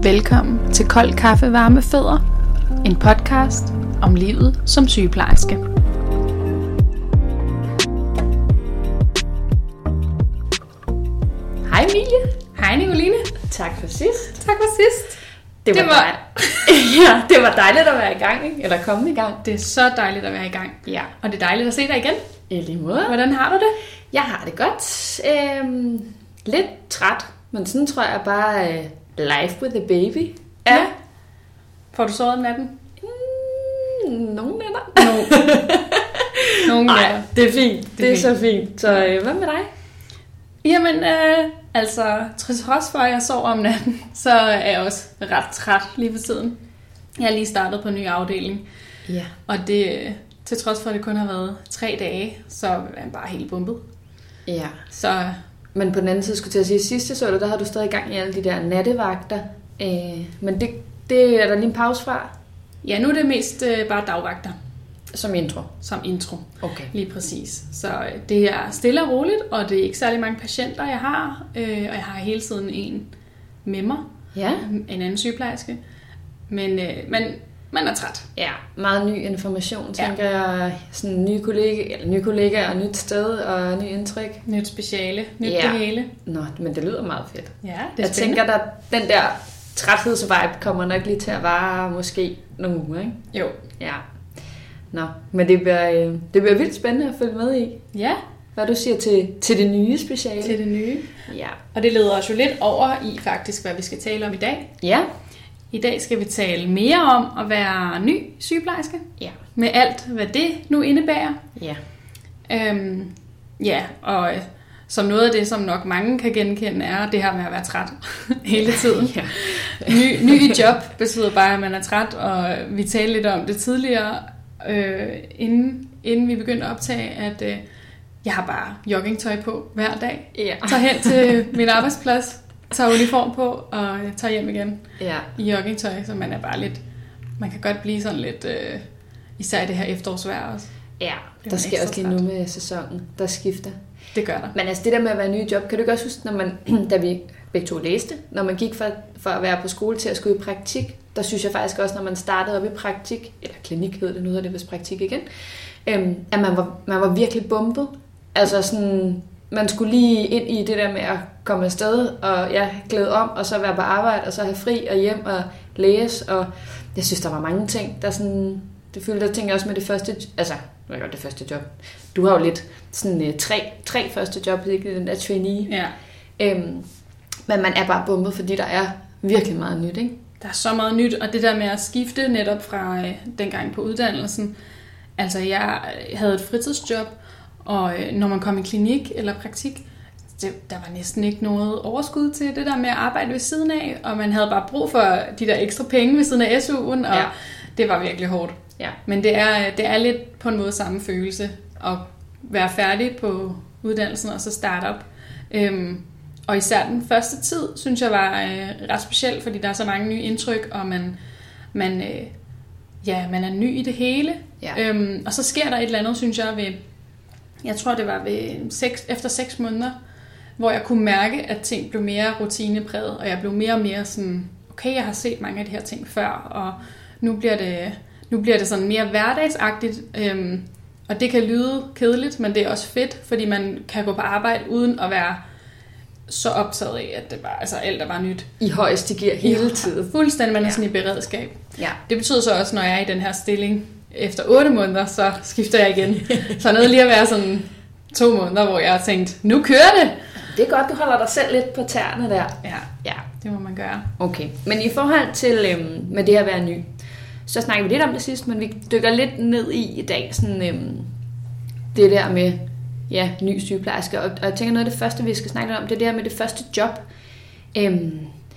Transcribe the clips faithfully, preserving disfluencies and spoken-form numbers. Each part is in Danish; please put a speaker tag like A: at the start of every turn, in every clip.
A: Velkommen til Kold Kaffe, Varme Fødder, en podcast om livet som sygeplejerske.
B: Hej Emilie.
A: Hej Nicoline.
B: Tak for sidst.
A: Tak for sidst.
B: Det var,
A: det var...
B: ja, det var dejligt at være i gang, ikke? Eller komme i gang.
A: Det er så dejligt at være i gang.
B: Ja.
A: Og det er dejligt at se dig igen.
B: I lige måde.
A: Hvordan har du det?
B: Jeg har det godt. Øhm, lidt træt, men sådan tror jeg bare uh, life with a baby.
A: Ja. ja. Får du sovet om natten?
B: Mm, nogle nætter.
A: No. Nogle
B: nætter. Det er fint. Det, det er, er så fint. Så øh, hvad med dig?
A: Jamen, øh, altså, trods for at jeg sover om natten, så er jeg også ret træt lige for tiden. Jeg har lige startet på en ny afdeling.
B: Ja.
A: Og det, til trods for, at det kun har været tre dage, så er jeg bare helt bumpet.
B: Ja.
A: Så...
B: Men på den anden side skulle jeg til at sige, sidste så der har du stadig i gang i alle de der nattevagter. Øh, men det, det er der lige en pause fra?
A: Ja, nu er det mest øh, bare dagvagter.
B: Som intro?
A: Som intro,
B: okay.
A: Lige præcis. Så øh, det er stille og roligt, og det er ikke særlig mange patienter, jeg har. Øh, og jeg har hele tiden en med mig,
B: ja.
A: En anden sygeplejerske. Men øh, man, man er træt.
B: Ja, meget ny information, tænker ja. jeg. Sådan nye kollegaer, eller nye kollegaer, nyt sted og ny indtryk.
A: Nyt speciale, nyt
B: ja.
A: det hele.
B: Nå, men det lyder meget fedt.
A: Ja, det er
B: jeg
A: spændende.
B: tænker, at den der træthedsvibe kommer nok lige til at vare måske nogle uger, ikke?
A: Jo.
B: Ja. Nå, men det bliver, det bliver vildt spændende at følge med i.
A: Ja.
B: Hvad du siger til, til det nye speciale.
A: Til det nye.
B: Ja.
A: Og det leder os jo lidt over i faktisk, hvad vi skal tale om i dag.
B: Ja.
A: I dag skal vi tale mere om at være ny sygeplejerske.
B: Ja.
A: Med alt, hvad det nu indebærer.
B: Ja.
A: Øhm, ja, og som noget af det, som nok mange kan genkende, er det her med at være træt hele tiden.
B: Ja.
A: Ny, ny i job betyder bare, at man er træt, og vi talte lidt om det tidligere, øh, inden, inden vi begyndte at optage, at øh, jeg har bare joggingtøj på hver dag.
B: Ja.
A: Tager hen til min arbejdsplads, tager uniform på og tager hjem igen
B: ja.
A: i joggingtøj, så man er bare lidt, man kan godt blive sådan lidt, øh, især i det her efterårsvejr også.
B: Ja, der sker også lige nu med sæsonen, der skifter.
A: Det gør der.
B: Men altså det der med at være ny i job, kan du ikke også huske, når man, da vi begge to læste, når man gik for, for at være på skole til at skulle i praktik, der synes jeg faktisk også, når man startede op i praktik, eller klinik hed det, nu hedder det vist praktik igen, øhm, at man var, man var virkelig bumpet. Altså sådan, man skulle lige ind i det der med at komme afsted, og ja, glæde om, og så være på arbejde, og så have fri og hjem og læse, og jeg synes, der var mange ting, der sådan, det følte jeg, tænker jeg også med det første, altså, det var det første job. Du har jo lidt sådan uh, tre, tre første job, ikke den der trainee.
A: Ja.
B: Øhm, men man er bare bumpet, fordi der er virkelig meget nyt, ikke?
A: Der er så meget nyt, og det der med at skifte netop fra øh, dengang på uddannelsen. Altså, jeg havde et fritidsjob, og øh, når man kom i klinik eller praktik, det, der var næsten ikke noget overskud til det der med at arbejde ved siden af, og man havde bare brug for de der ekstra penge ved siden af S U'en, og ja. Det var virkelig hårdt.
B: Ja.
A: Men det er, det er lidt på en måde samme følelse at være færdig på uddannelsen og så starte op. Øhm, og især den første tid, synes jeg var øh, ret speciel, fordi der er så mange nye indtryk, og man, man, øh, ja, man er ny i det hele.
B: Ja.
A: Øhm, og så sker der et eller andet, synes jeg, ved, jeg tror det var ved seks, efter seks måneder, hvor jeg kunne mærke, at ting blev mere rutinepræget, og jeg blev mere og mere sådan, okay, jeg har set mange af de her ting før, og nu bliver det... Nu bliver det sådan mere hverdagsagtigt, øhm, og det kan lyde kedeligt, men det er også fedt, fordi man kan gå på arbejde uden at være så optaget af, at det bare, altså alt er bare nyt.
B: I højeste gear hele tiden.
A: Fuldstændig, man er
B: ja.
A: sådan i beredskab.
B: Ja.
A: Det betyder så også, når jeg er i den her stilling efter otte måneder, så skifter jeg igen. Så noget lige at være sådan to måneder, hvor jeg har tænkt, nu kører det!
B: Det er godt, du holder dig selv lidt på tæerne der.
A: Ja,
B: ja.
A: Det må man gøre.
B: Okay, men i forhold til øhm, med det at være ny, så snakker vi lidt om det sidst, men vi dykker lidt ned i i dag, sådan, øhm, det der med ja, ny sygeplejerske. Og, og jeg tænker, noget af det første, vi skal snakke lidt om, det er det her med det første job. Øhm,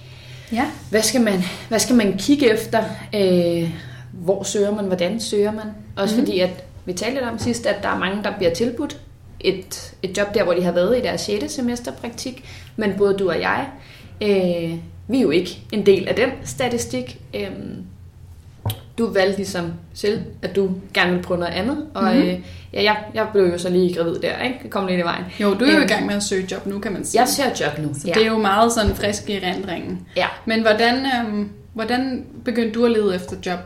A: ja.
B: hvad, skal man, hvad skal man kigge efter? Øh, hvor søger man? Hvordan søger man? Også mm. fordi, at vi talte lidt om sidst, at der er mange, der bliver tilbudt et, et job der, hvor de har været i deres sjette semester praktik. Men både du og jeg, øh, vi er jo ikke en del af den statistik. Øh, du valgte ligesom selv, at du gerne ville prøve noget andet, og
A: mm-hmm.
B: øh, ja, jeg, jeg blev jo så lige gravid der, ikke? Det kom lidt i vejen.
A: Jo, du er jo øhm, i gang med at søge job nu, kan man sige.
B: Jeg søger job nu,
A: så
B: ja.
A: det er jo meget sådan frisk i erindringen.
B: Ja.
A: Men hvordan, øhm, hvordan begyndte du at lede efter job?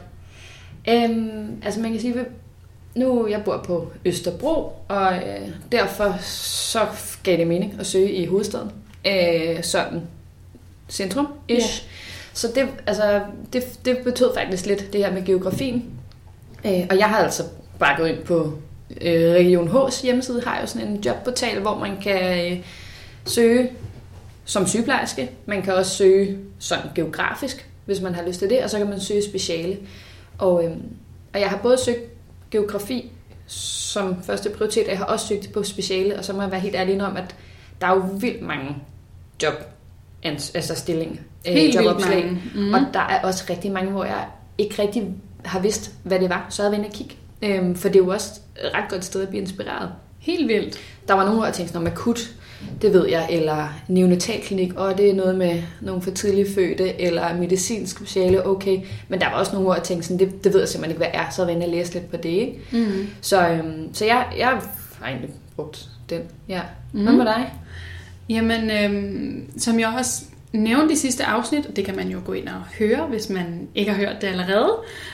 B: Øhm, altså man kan sige, nu jeg bor på Østerbro, og øh, derfor så gav det mening at søge i hovedstaden. Øh, sådan centrum-ish. Yeah. Så det, altså, det, det betød faktisk lidt det her med geografien. Øh, og jeg har altså bare gået ind på øh, Region H's hjemmeside, har jo sådan en jobportal, hvor man kan øh, søge som sygeplejerske. Man kan også søge sådan geografisk, hvis man har lyst til det, og så kan man søge speciale. Og, øh, og jeg har både søgt geografi som første prioritet, og jeg har også søgt på speciale, og så må jeg være helt ærlig om, at der er jo vildt mange job, altså stillinger,
A: helt
B: jobopslag,
A: mm.
B: og der er også rigtig mange, hvor jeg ikke rigtig har vidst, hvad det var, så havde jeg været inde og kigge. Øhm, for det er jo også et ret godt sted at blive inspireret.
A: Helt vildt.
B: Der var nogle, hvor jeg tænkte sådan om akut, det ved jeg, eller neonatalklinik, og det er noget med nogle for tidligt fødte, eller medicinsk speciale, okay. Men der var også nogle, hvor jeg tænkte sådan, det, det ved jeg simpelthen ikke, hvad er, så jeg var inde og læse lidt på det, ikke? Mm. Så, øhm, så jeg, jeg har egentlig brugt den, ja. Mm. Hvad med dig?
A: Jamen, øhm, som jeg også nævnte i sidste afsnit, og det kan man jo gå ind og høre, hvis man ikke har hørt det allerede,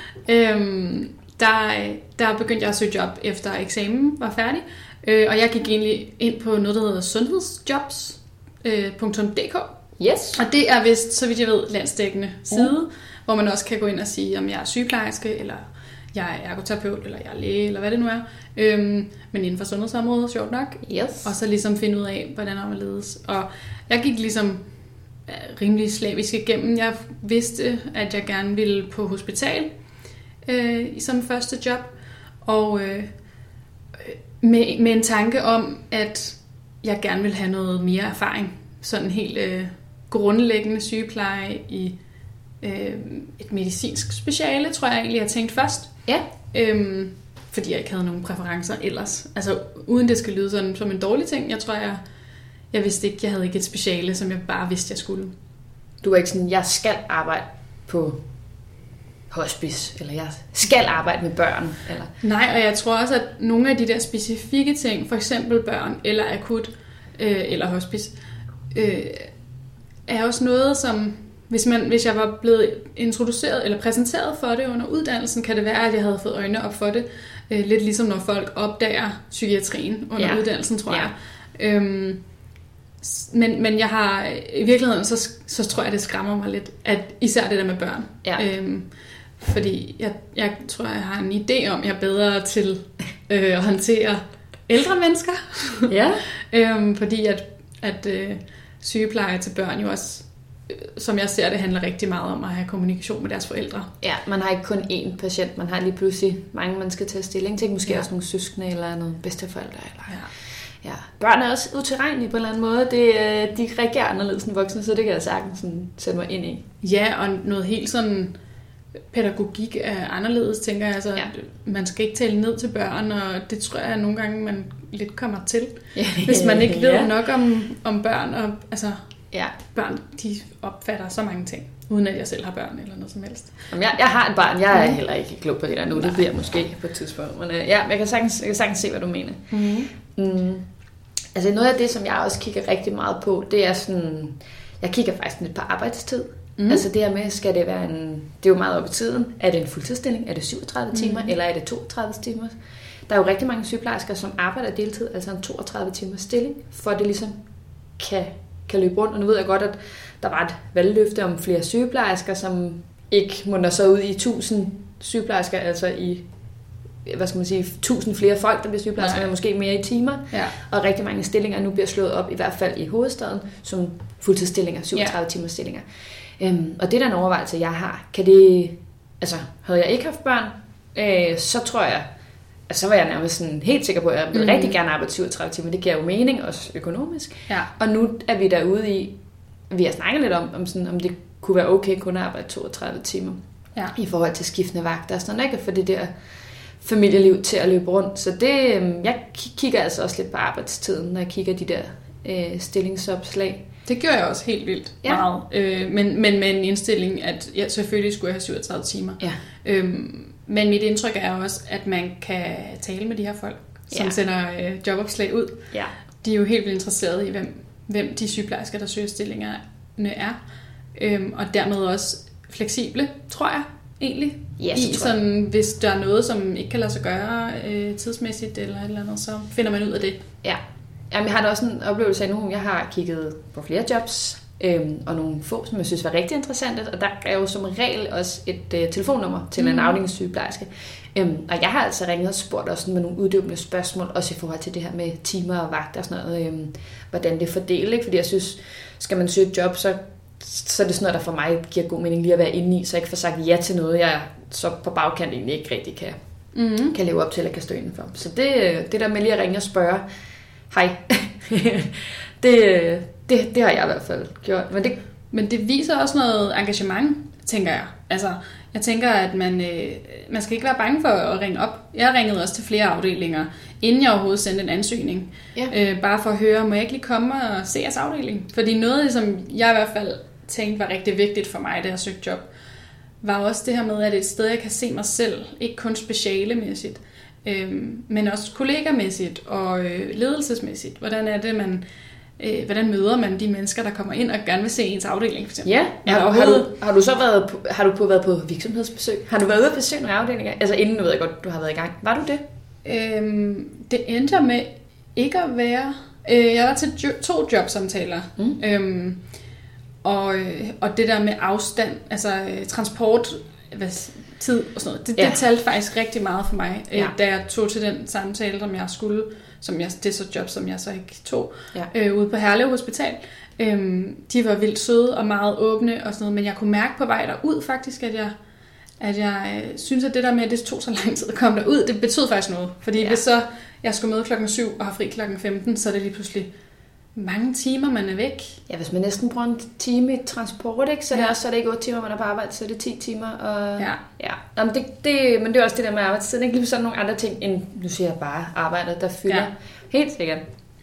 A: øhm, der, der begyndte jeg at søge job efter eksamen var færdig, øh, og jeg gik egentlig ind på noget, der hedder sundhedsjobs punktum d k.
B: Yes.
A: Og det er vist, så vidt jeg ved, landsdækkende side, mm. hvor man også kan gå ind og sige, om jeg er sygeplejerske, eller jeg er ergoterapeut, eller jeg er læge, eller hvad det nu er. Øhm, men inden for sundhedsområdet, sjovt nok.
B: Yes.
A: Og så ligesom finde ud af, hvordan der ledes. Og jeg gik ligesom rimelig slavisk igennem. Jeg vidste, at jeg gerne ville på hospital øh, som første job. Og øh, med, med en tanke om, at jeg gerne ville have noget mere erfaring. Sådan helt øh, grundlæggende sygepleje i øh, et medicinsk speciale, tror jeg egentlig, jeg tænkte først.
B: Ja.
A: Øhm, fordi jeg ikke havde nogen præferencer ellers. Altså uden det skal lyde sådan som en dårlig ting. Jeg tror, jeg, jeg vidste ikke, jeg havde ikke et speciale, som jeg bare vidste, jeg skulle.
B: Du var ikke sådan, jeg skal arbejde på hospice, eller jeg skal arbejde med børn, eller?
A: Nej, og jeg tror også, at nogle af de der specifikke ting, for eksempel børn, eller akut, øh, eller hospice, øh, er også noget, som hvis, man, hvis jeg var blevet introduceret eller præsenteret for det under uddannelsen, kan det være, at jeg havde fået øjnene op for det. Øh, lidt ligesom når folk opdager psykiatrien under ja. uddannelsen, tror ja. jeg. Øhm, men, men jeg har i virkeligheden, så, så tror jeg, det skræmmer mig lidt, at især det der med børn. Ja. Øhm, fordi jeg, jeg tror, jeg har en idé om, at jeg er bedre til øh, at håndtere ældre mennesker. Ja. øhm, fordi at, at øh, sygepleje til børn jo også, som jeg ser det, handler rigtig meget om at have kommunikation med deres forældre.
B: Ja, man har ikke kun én patient, man har lige pludselig mange, man skal tage stilling til. Måske ja. også nogle søskende eller nogle bedsteforældre. Eller, ja. Ja. Børn er også utilregnelige på en eller anden måde. Det, de reagerer anderledes end voksne, så det kan jeg sagtens sådan sætte mig ind i.
A: Ja, og noget helt sådan pædagogik er anderledes, tænker jeg. Altså, ja. Man skal ikke tale ned til børn, og det tror jeg nogle gange, man lidt kommer til. Ja. Hvis man ikke ved ja. nok om, om børn, og altså... Ja. Børn, de opfatter så mange ting, uden at jeg selv har børn eller noget som helst.
B: Jamen, jeg, jeg har et barn, jeg er heller ikke klog på det der nu, det bliver jeg måske på et tidspunkt. Men øh, ja, jeg kan, sagtens, jeg kan sagtens se, hvad du mener. Mm. Mm. Altså noget af det, som jeg også kigger rigtig meget på, det er sådan, jeg kigger faktisk lidt på arbejdstid. Mm. Altså det her med, skal det være en, det er jo meget op i tiden, er det en fuldtidsstilling, er det syvogtredive timer, mm. eller er det toogtredive timer? Der er jo rigtig mange sygeplejersker, som arbejder deltid, altså en toogtredive timers stilling, for at det ligesom kan kan løbe rundt, og nu ved jeg godt, at der var et valgløfte om flere sygeplejersker, som ikke må nå så ud i tusind sygeplejersker, altså i, hvad skal man sige, tusind flere folk, der bliver sygeplejersker, men måske mere i timer, ja. Og rigtig mange stillinger nu bliver slået op, i hvert fald i hovedstaden, som fuldtidsstillinger, syvogtredive timers stillinger. Øhm, og det er der en overvejelse, jeg har. Kan det, altså, havde jeg ikke haft børn, øh, så tror jeg, altså, så var jeg nærmest sådan helt sikker på, at jeg ville mm. rigtig gerne arbejde syvogtredive timer. Det giver jo mening, også økonomisk. Ja. Og nu er vi derude i, vi har snakket lidt om, om, sådan, om det kunne være okay kun at arbejde toogtredive timer. Ja. I forhold til skiftende vagter. Sådan ikke at få det der familieliv til at løbe rundt. Så det, jeg kigger altså også lidt på arbejdstiden, når jeg kigger de der øh, stillingsopslag.
A: Det gjorde jeg også helt vildt
B: ja.
A: meget. Øh, men, men med en indstilling, at jeg selvfølgelig skulle jeg have syvogtredive timer.
B: Ja.
A: Øhm, men mit indtryk er også, at man kan tale med de her folk, som ja. sender øh, jobopslag ud.
B: Ja.
A: De er jo helt vildt interesserede i, hvem, hvem de sygeplejersker, der søger stillingerne er. Øhm, og dermed også fleksible, tror jeg egentlig.
B: Ja,
A: I sådan, hvis der er noget, som ikke kan lade sig gøre øh, tidsmæssigt eller et eller andet, så finder man ud af det.
B: Ja. Jamen, jeg har da også en oplevelse af nu, jeg har kigget på flere jobs, øhm, og nogle få, som jeg synes var rigtig interessante, og der er jo som regel også et øh, telefonnummer til mm. en afdelingssygeplejerske. Øhm, og jeg har altså ringet og spurgt også med nogle uddybende spørgsmål, også i forhold til det her med timer og vagter og sådan noget, øhm, hvordan det er fordelt, ikke? Fordi jeg synes, skal man søge et job, så, så er det sådan noget, der for mig giver god mening lige at være inde i, så jeg ikke får sagt ja til noget, jeg så på bagkant egentlig ikke rigtig kan, mm. kan leve op til eller kan stå indenfor. Så det, det der med lige at ringe og spørge, hej, det, det, det har jeg i hvert fald gjort. Men det,
A: Men det viser også noget engagement, tænker jeg. Altså, jeg tænker, at man, øh, man skal ikke være bange for at ringe op. Jeg ringede også til flere afdelinger, inden jeg overhovedet sendte en ansøgning. Ja. Øh, bare for at høre, må jeg ikke lige komme og se jeres afdeling? Fordi noget, som jeg i hvert fald tænkte var rigtig vigtigt for mig, da jeg søgte job, var også det her med, at et sted, jeg kan se mig selv, ikke kun specialemæssigt, øh, men også kollegamæssigt og øh, ledelsesmæssigt. Hvordan er det, man... Øh, hvordan møder man de mennesker, der kommer ind og gerne vil se ens afdeling, for eksempel?
B: Ja, har,
A: har,
B: har, du, har du så været på, har du på, været på virksomhedsbesøg? Har du været ude at besøge nogle afdelinger? Altså inden, nu ved jeg godt, du har været i gang. Var du det?
A: Øhm, det endte med ikke at være... Øh, jeg var til jo, to jobsamtaler. Mm. Øhm, og, og det der med afstand, altså transport, hvad, tid og sådan noget, det, ja. det talte faktisk rigtig meget for mig, ja. øh, da jeg tog til den samtale, som jeg skulle... Som jeg, det er så job, som jeg så ikke tog, ja. øh, ude på Herlev Hospital. Øhm, de var vildt søde og meget åbne og sådan noget, men jeg kunne mærke på vej derud faktisk, at jeg, at jeg øh, synes, at det der med, at det tog så lang tid at komme derud, det betød faktisk noget. Fordi ja. hvis så jeg skulle møde klokken syv og har fri klokken femten, så er det lige pludselig mange timer, man er væk.
B: Ja, hvis man næsten bruger en time i transport, ikke? Så, ja. det er også, så er det ikke otte timer, man er på arbejde, så er det ti timer. Og... Ja. Ja. Nå, men, det, det, men det er også det der med arbejdstiden, ikke? Lige sådan nogle andre ting, end nu siger jeg bare arbejdet, der fylder. Ja. Helt sikkert.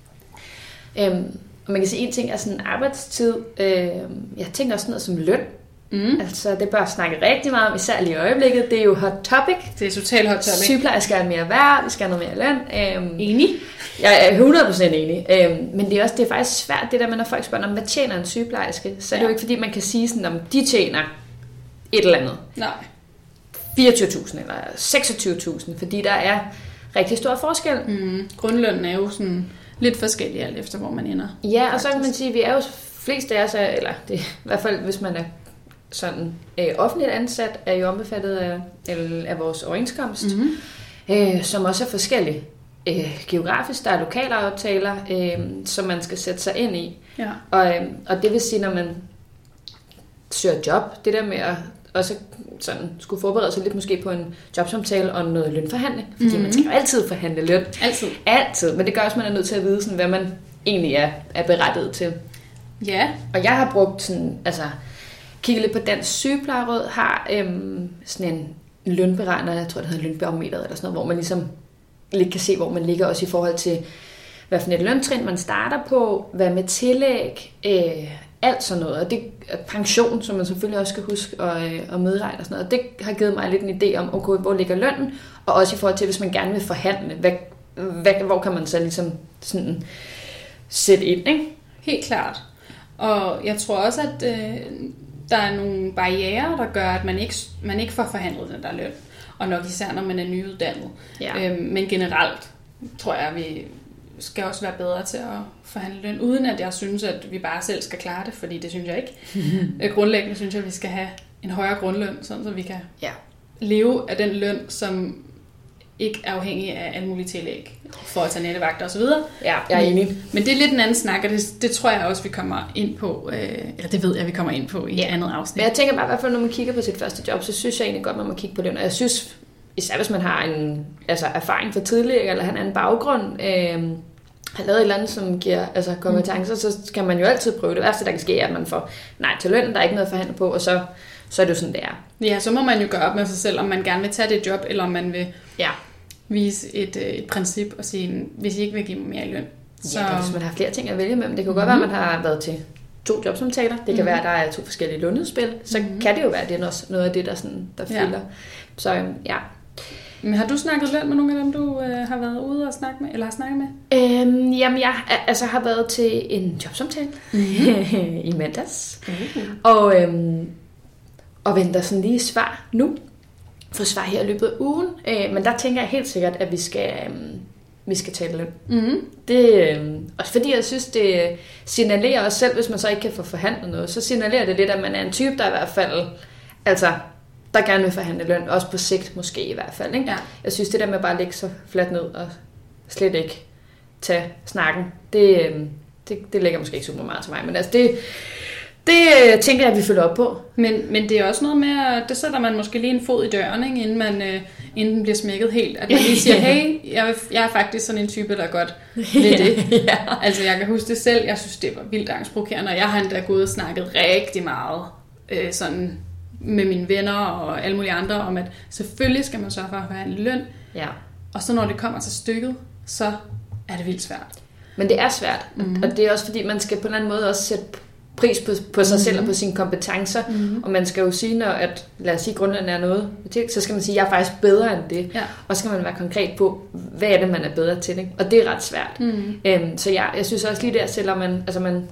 B: Øhm, og man kan sige, en ting er sådan arbejdstid. Øhm, jeg tænker også sådan noget som løn. Mm. Altså, det bør snakke rigtig meget om, især lige i øjeblikket. Det er jo hot topic.
A: Det er totalt hot topic.
B: Sygeplejersker er mere værd, vi skal have noget mere løn. Øhm,
A: enig?
B: Jeg er hundrede procent enig. Øhm, men det er også det er faktisk svært, det der med, når folk spørger, hvad tjener en sygeplejerske? Så er det ja. jo ikke, fordi man kan sige, sådan, om de tjener et eller andet.
A: Nej.
B: fireogtyve tusind eller seksogtyve tusind, fordi der er rigtig stor forskel.
A: Mm. Grundlønnen er jo sådan lidt forskellig alt efter, hvor man ender.
B: Ja, og faktisk. Så kan man sige, at vi er jo flest af os, eller det, i hvert fald hvis man er sådan øh, offentligt ansat, er jo omfattet af, af vores overenskomst, mm-hmm. øh, som også er forskellig. Øh, geografisk, der er lokale aftaler, øh, som man skal sætte sig ind i. Ja. Og, øh, og det vil sige, når man søger job, det der med at også sådan skulle forberede sig lidt måske på en jobsamtale og noget lønforhandling, fordi mm-hmm. man skal jo altid forhandle løn.
A: Altid.
B: Altid, men det gør også, at man er nødt til at vide, sådan, hvad man egentlig er, er berettiget til.
A: Ja.
B: Og jeg har brugt sådan, altså kigget lidt på Dansk Sygeplejeråd, har øhm, sådan en lønberegner, jeg tror det hedder lønbarometeret eller sådan noget, hvor man ligesom lidt kan se, hvor man ligger også i forhold til, hvad for et løntrin man starter på, hvad med tillæg, øh, alt sådan noget. Og det pension, som man selvfølgelig også skal huske at, øh, at medregne og sådan noget. Det har givet mig lidt en idé om, okay, hvor ligger lønnen, og også i forhold til, hvis man gerne vil forhandle, hvad, hvad, hvor kan man så ligesom sådan sætte ind, ikke?
A: Helt klart. Og jeg tror også, at øh, der er nogle barrierer, der gør, at man ikke, man ikke får forhandlet den der løn. Og nok især, når man er nyuddannet. Ja. Øhm, men generelt tror jeg, at vi skal også være bedre til at forhandle løn, uden at jeg synes, at vi bare selv skal klare det, fordi det synes jeg ikke. Grundlæggende synes jeg, at vi skal have en højere grundløn, sådan så vi kan ja. leve af den løn, som ikke er afhængig af alle mulige tillæg for at tage nattevagter osv.
B: Ja, jeg er enig.
A: Men det er lidt en anden snak, og det, det tror jeg også, vi kommer ind på, øh, eller det ved jeg, vi kommer ind på i ja. et andet afsnit.
B: Men jeg tænker bare, i hvert fald, når man kigger på sit første job, så synes jeg egentlig godt, man må kigge på løn. Og jeg synes, især hvis man har en altså, erfaring fra tidligere, eller han har en baggrund, øh, har lavet et eller andet, som giver altså, kompetencer, mm. så skal man jo altid prøve. Det værste, der kan ske, er, at man får nej til løn, der er ikke noget at forhandle på, og så, så er det jo sådan, det er.
A: Ja, så må man jo gøre op med sig selv, om man gerne vil tage det job, eller om man vil ja. vise et, et princip og sige, hvis I ikke vil give mig mere løn.
B: Så... Ja, hvis man har flere ting at vælge mellem. Det kan mm. godt være, at man har været til to jobsamtaler. Det kan mm-hmm. være, at der er to forskellige lønudspil. Så mm-hmm. kan det jo være, at det er også noget af det, der, sådan, der fylder. Ja. Så øhm, ja.
A: Men har du snakket løn med nogle af dem, du øh, har været ude og snakke med, eller har snakket med?
B: Øhm, jamen, jeg altså, har været til en jobsamtale mm-hmm. i mandags. Mm-hmm. Og, øhm, og venter sådan lige svar nu. For svar her i løbet af ugen. Øh, men der tænker jeg helt sikkert, at vi skal, øhm, vi skal tale løn. Mm-hmm. Det, øhm, også fordi jeg synes, det signalerer også selv, hvis man så ikke kan få forhandlet noget, så signalerer det lidt, at man er en type, der i hvert fald... Altså, der gerne vil forhandle løn, også på sigt måske i hvert fald. Ikke? Ja. Jeg synes, det der med bare at lægge så fladt ned og slet ikke tage snakken, det, det, det lægger måske ikke super meget til mig. Men altså, det, det tænker jeg, at vi følger op på.
A: Men, men det er også noget med, at det sætter man måske lige en fod i døren, ikke? Inden, man, øh, inden den bliver smækket helt. At man lige siger, hey, jeg, jeg er faktisk sådan en type, der godt ved det. Ja. Altså, jeg kan huske det selv. Jeg synes, det var vildt angstprovokerende, og jeg har endda gået og snakket rigtig meget øh, sådan... med mine venner og alle mulige andre, om at selvfølgelig skal man sørge for at forhandle løn. Ja. Og så når det kommer til stykket, så er det vildt svært.
B: Men det er svært. Mm-hmm. Og det er også fordi, man skal på en eller anden måde også sætte pris på, på sig mm-hmm. selv og på sine kompetencer. Mm-hmm. Og man skal jo sige, når at, lad os sige, grundlæggende er noget, så skal man sige, at jeg er faktisk bedre end det. Ja. Og så skal man være konkret på, hvad er det, man er bedre til. Ikke? Og det er ret svært. Mm-hmm. Øhm, så jeg, jeg synes også lige der, selvom man... Altså man,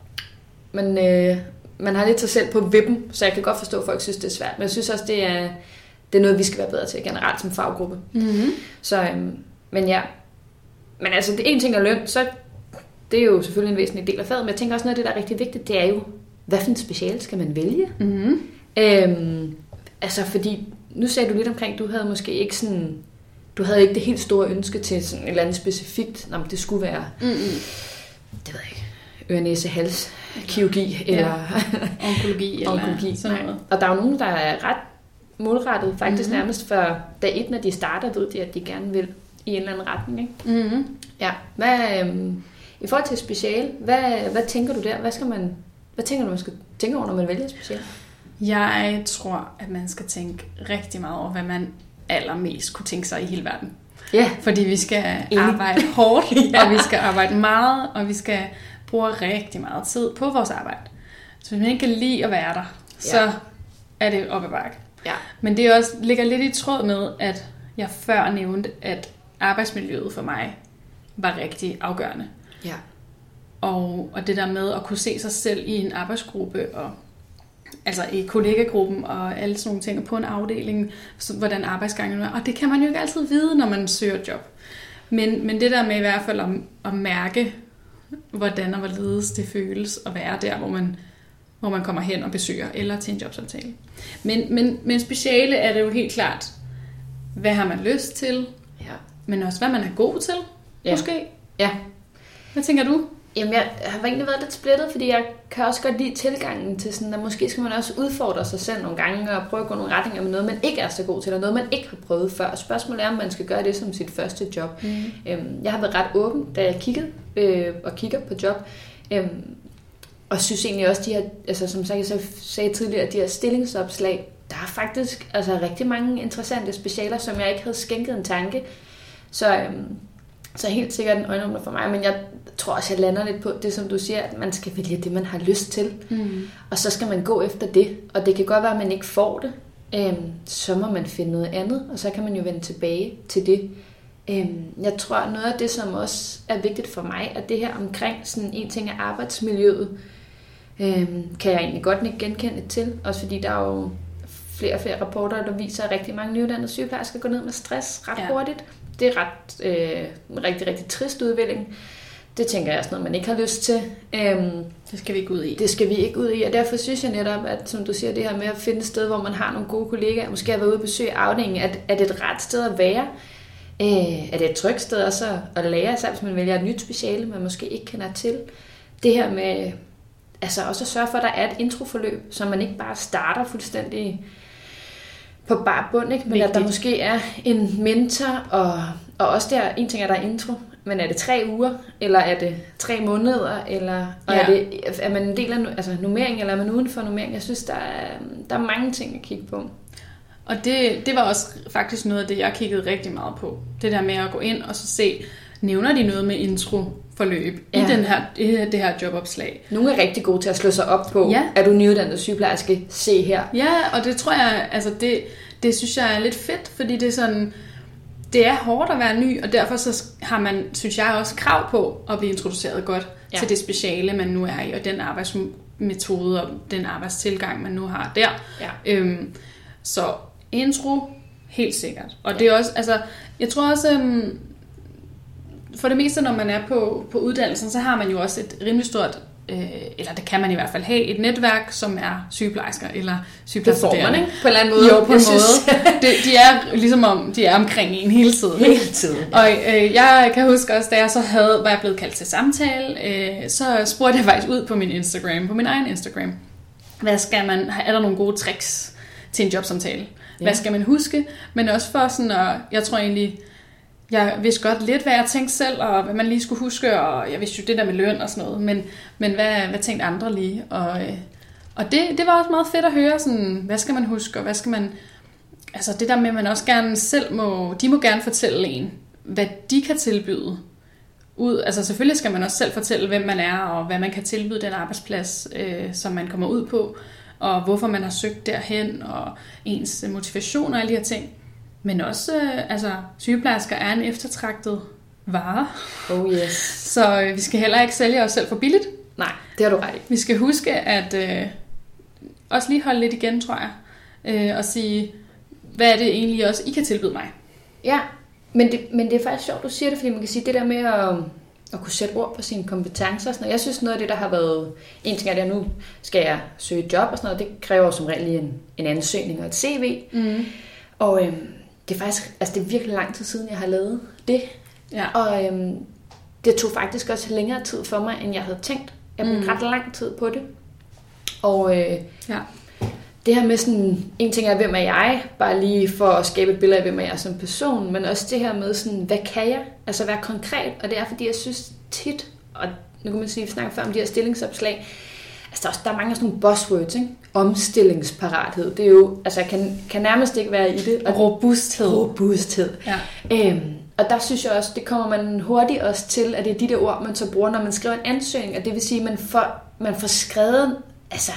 B: man øh, Man har lidt sig selv på vippen, så jeg kan godt forstå, at folk synes, det er svært. Men jeg synes også, det er, det er noget, vi skal være bedre til generelt som faggruppe. Mm-hmm. Så, øhm, men ja. Men altså, det en ting er løn, så det er jo selvfølgelig en væsentlig del af faget. Men jeg tænker også, noget af det, der er rigtig vigtigt, det er jo, hvad for en speciale skal man vælge? Mm-hmm. Øhm, altså, fordi, nu sagde du lidt omkring, du havde måske ikke sådan, du havde ikke det helt store ønske til sådan et eller andet specifikt, når det skulle være, mm-hmm. det ved jeg ikke, øre, næse, hals, kirurgi eller
A: ja. onkologi eller onkologi. Sådan noget.
B: Og der er jo nogen, der er ret målrettet, faktisk mm-hmm. nærmest for dag et, når de starter, ved de, at de gerne vil i en eller anden retning. Ikke? Mm-hmm. Ja. Hvad, øhm, i forhold til speciale, hvad, hvad tænker du der? Hvad skal man, hvad tænker du, man skal tænke over, når man vælger speciale?
A: Jeg tror, at man skal tænke rigtig meget over, hvad man allermest kunne tænke sig i hele verden. Ja. Yeah. Fordi vi skal arbejde hårdt, ja. Og vi skal arbejde meget, og vi skal bruger rigtig meget tid på vores arbejde. Så hvis man ikke kan lide at være der, så ja. Er det op ad bakke. Ja. Men det også ligger lidt i tråd med, at jeg før nævnte, at arbejdsmiljøet for mig var rigtig afgørende. Ja. Og, og det der med at kunne se sig selv i en arbejdsgruppe, og altså i kollegagruppen og alle sådan nogle ting på en afdeling, så, hvordan arbejdsgangen er. Og det kan man jo ikke altid vide, når man søger job. Men, men det der med i hvert fald at, at mærke, hvordan og hvorledes det føles at være der, hvor man, hvor man kommer hen og besøger, eller til en jobsamtale. Men, men, men speciale er det jo helt klart, hvad har man lyst til, ja. Men også hvad man er god til, ja. Måske. Ja. Hvad tænker du?
B: Jamen, jeg har egentlig været lidt splittet, fordi jeg kan også godt lide tilgangen til sådan, at måske skal man også udfordre sig selv nogle gange, og prøve at gå nogle retninger med noget, man ikke er så god til, eller noget, man ikke har prøvet før. Spørgsmålet er, om man skal gøre det som sit første job. Mm. Øhm, jeg har været ret åben, da jeg kiggede øh, og kigger på job, øhm, og synes egentlig også, de her, altså, som jeg sagde tidligere, de her stillingsopslag, der er faktisk altså, rigtig mange interessante specialer, som jeg ikke havde skænket en tanke. Så... Øhm, Så helt sikkert en øjenåbner for mig, men jeg tror også, jeg lander lidt på det, som du siger, at man skal vælge det, man har lyst til. Mm. Og så skal man gå efter det, og det kan godt være, at man ikke får det. Øhm, så må man finde noget andet, og så kan man jo vende tilbage til det. Øhm, jeg tror, noget af det, som også er vigtigt for mig, er det her omkring sådan en ting af arbejdsmiljøet, øhm, kan jeg egentlig godt ikke genkende til. Også fordi der er jo flere og flere rapporter, der viser, at rigtig mange nyuddannede sygeplejersker går ned med stress ret ja. hurtigt. Det er ret, øh, en rigtig, rigtig trist udvikling. Det tænker jeg også noget, man ikke har lyst til. Øhm,
A: det skal vi ikke ud i.
B: Det skal vi ikke ud i, og derfor synes jeg netop, at som du siger, det her med at finde et sted, hvor man har nogle gode kollegaer, måske har været ude og besøge afdelingen, at, at det er et ret sted at være. Øh, er det et trygt sted også at lære, selv hvis man vælger et nyt speciale, man måske ikke kender til. Det her med altså også at sørge for, at der er et introforløb, så man ikke bare starter fuldstændig på bare bund, ikke? Men vigtigt. At der måske er en mentor, og, og også der, en ting er, der er intro, men er det tre uger, eller er det tre måneder, eller og ja. er, det, er man en del af altså, nummering, eller er man uden for nummering? Jeg synes, der er, der er mange ting at kigge på.
A: Og det, det var også faktisk noget af det, jeg kiggede rigtig meget på. Det der med at gå ind og så se, nævner de noget med introforløb ja. i den her, det her jobopslag.
B: Nogle er rigtig gode til at slå sig op på,
A: ja.
B: er du nyuddannet sygeplejerske, se her.
A: Ja, og det tror jeg, altså det, det synes jeg er lidt fedt, fordi det er sådan, det er hårdt at være ny, og derfor så har man, synes jeg, også krav på at blive introduceret godt ja. til det speciale, man nu er i, og den arbejdsmetode og den arbejdstilgang, man nu har der. Ja. Øhm, så intro, helt sikkert. Og ja. det er også, altså, jeg tror også, øhm, for det meste, når man er på, på uddannelsen, så har man jo også et rimelig stort, øh, eller det kan man i hvert fald have, et netværk, som er sygeplejersker eller sygeplejestuderende.
B: Det får man, ikke? På en eller anden måde.
A: Jo, på en måde. De, de er ligesom om, de er omkring en hele tiden.
B: Hele tiden. Ja.
A: Og øh, jeg kan huske også, da jeg så havde, var jeg blevet kaldt til samtale, øh, så spurgte jeg faktisk ud på min Instagram, på min egen Instagram. Hvad skal man, er der nogle gode tricks til en jobsamtale? Ja. Hvad skal man huske? Men også for sådan, og jeg tror egentlig, jeg vidste godt lidt, hvad jeg tænkte selv, og hvad man lige skulle huske, og jeg vidste jo det der med løn og sådan noget, men, men hvad, hvad tænkte andre lige? Og, og det, det var også meget fedt at høre, sådan, hvad skal man huske, og hvad skal man... Altså det der med, at man også gerne selv må... De må gerne fortælle en, hvad de kan tilbyde ud. Altså selvfølgelig skal man også selv fortælle, hvem man er, og hvad man kan tilbyde den arbejdsplads, øh, som man kommer ud på, og hvorfor man har søgt derhen, og ens motivation og alle de her ting. Men også, øh, altså, sygeplejersker er en eftertragtet vare.
B: Oh yes.
A: Så øh, vi skal heller ikke sælge os selv for billigt.
B: Nej, det har du ret i.
A: Vi skal huske at øh, også lige holde lidt igen, tror jeg. Øh, og sige, hvad er det egentlig også, I kan tilbyde mig?
B: Ja, men det, men det er faktisk sjovt, du siger det, fordi man kan sige det der med at, at kunne sætte ord på sine kompetencer. Sådan noget. Jeg synes noget af det, der har været... En ting er det, at nu skal jeg søge et job og sådan noget. Det kræver som regel en, en ansøgning og et C V. Mm. Og... Øh, Det er faktisk, altså det er virkelig lang tid siden, jeg har lavet det. Ja. Og øhm, det tog faktisk også længere tid for mig, end jeg havde tænkt. Jeg brugte mm. ret lang tid på det. Og øh, ja. det her med sådan, en ting er, hvem er jeg? Bare lige for at skabe et billede af, hvem er jeg som person. Men også det her med sådan, hvad kan jeg? Altså være konkret. Og det er, fordi jeg synes tit, og nu kan man sige, vi snakker før om de her stillingsopslag, altså der er, også, der er mange sådan nogle buzzwords, ikke? Omstillingsparathed. Det er jo, altså kan, kan nærmest ikke være i det.
A: Og robusthed.
B: Robusthed. Ja. Øhm, og der synes jeg også, det kommer man hurtigt også til, at det er de der ord, man så bruger, når man skriver en ansøgning. Og det vil sige, at man får, man får skrevet altså,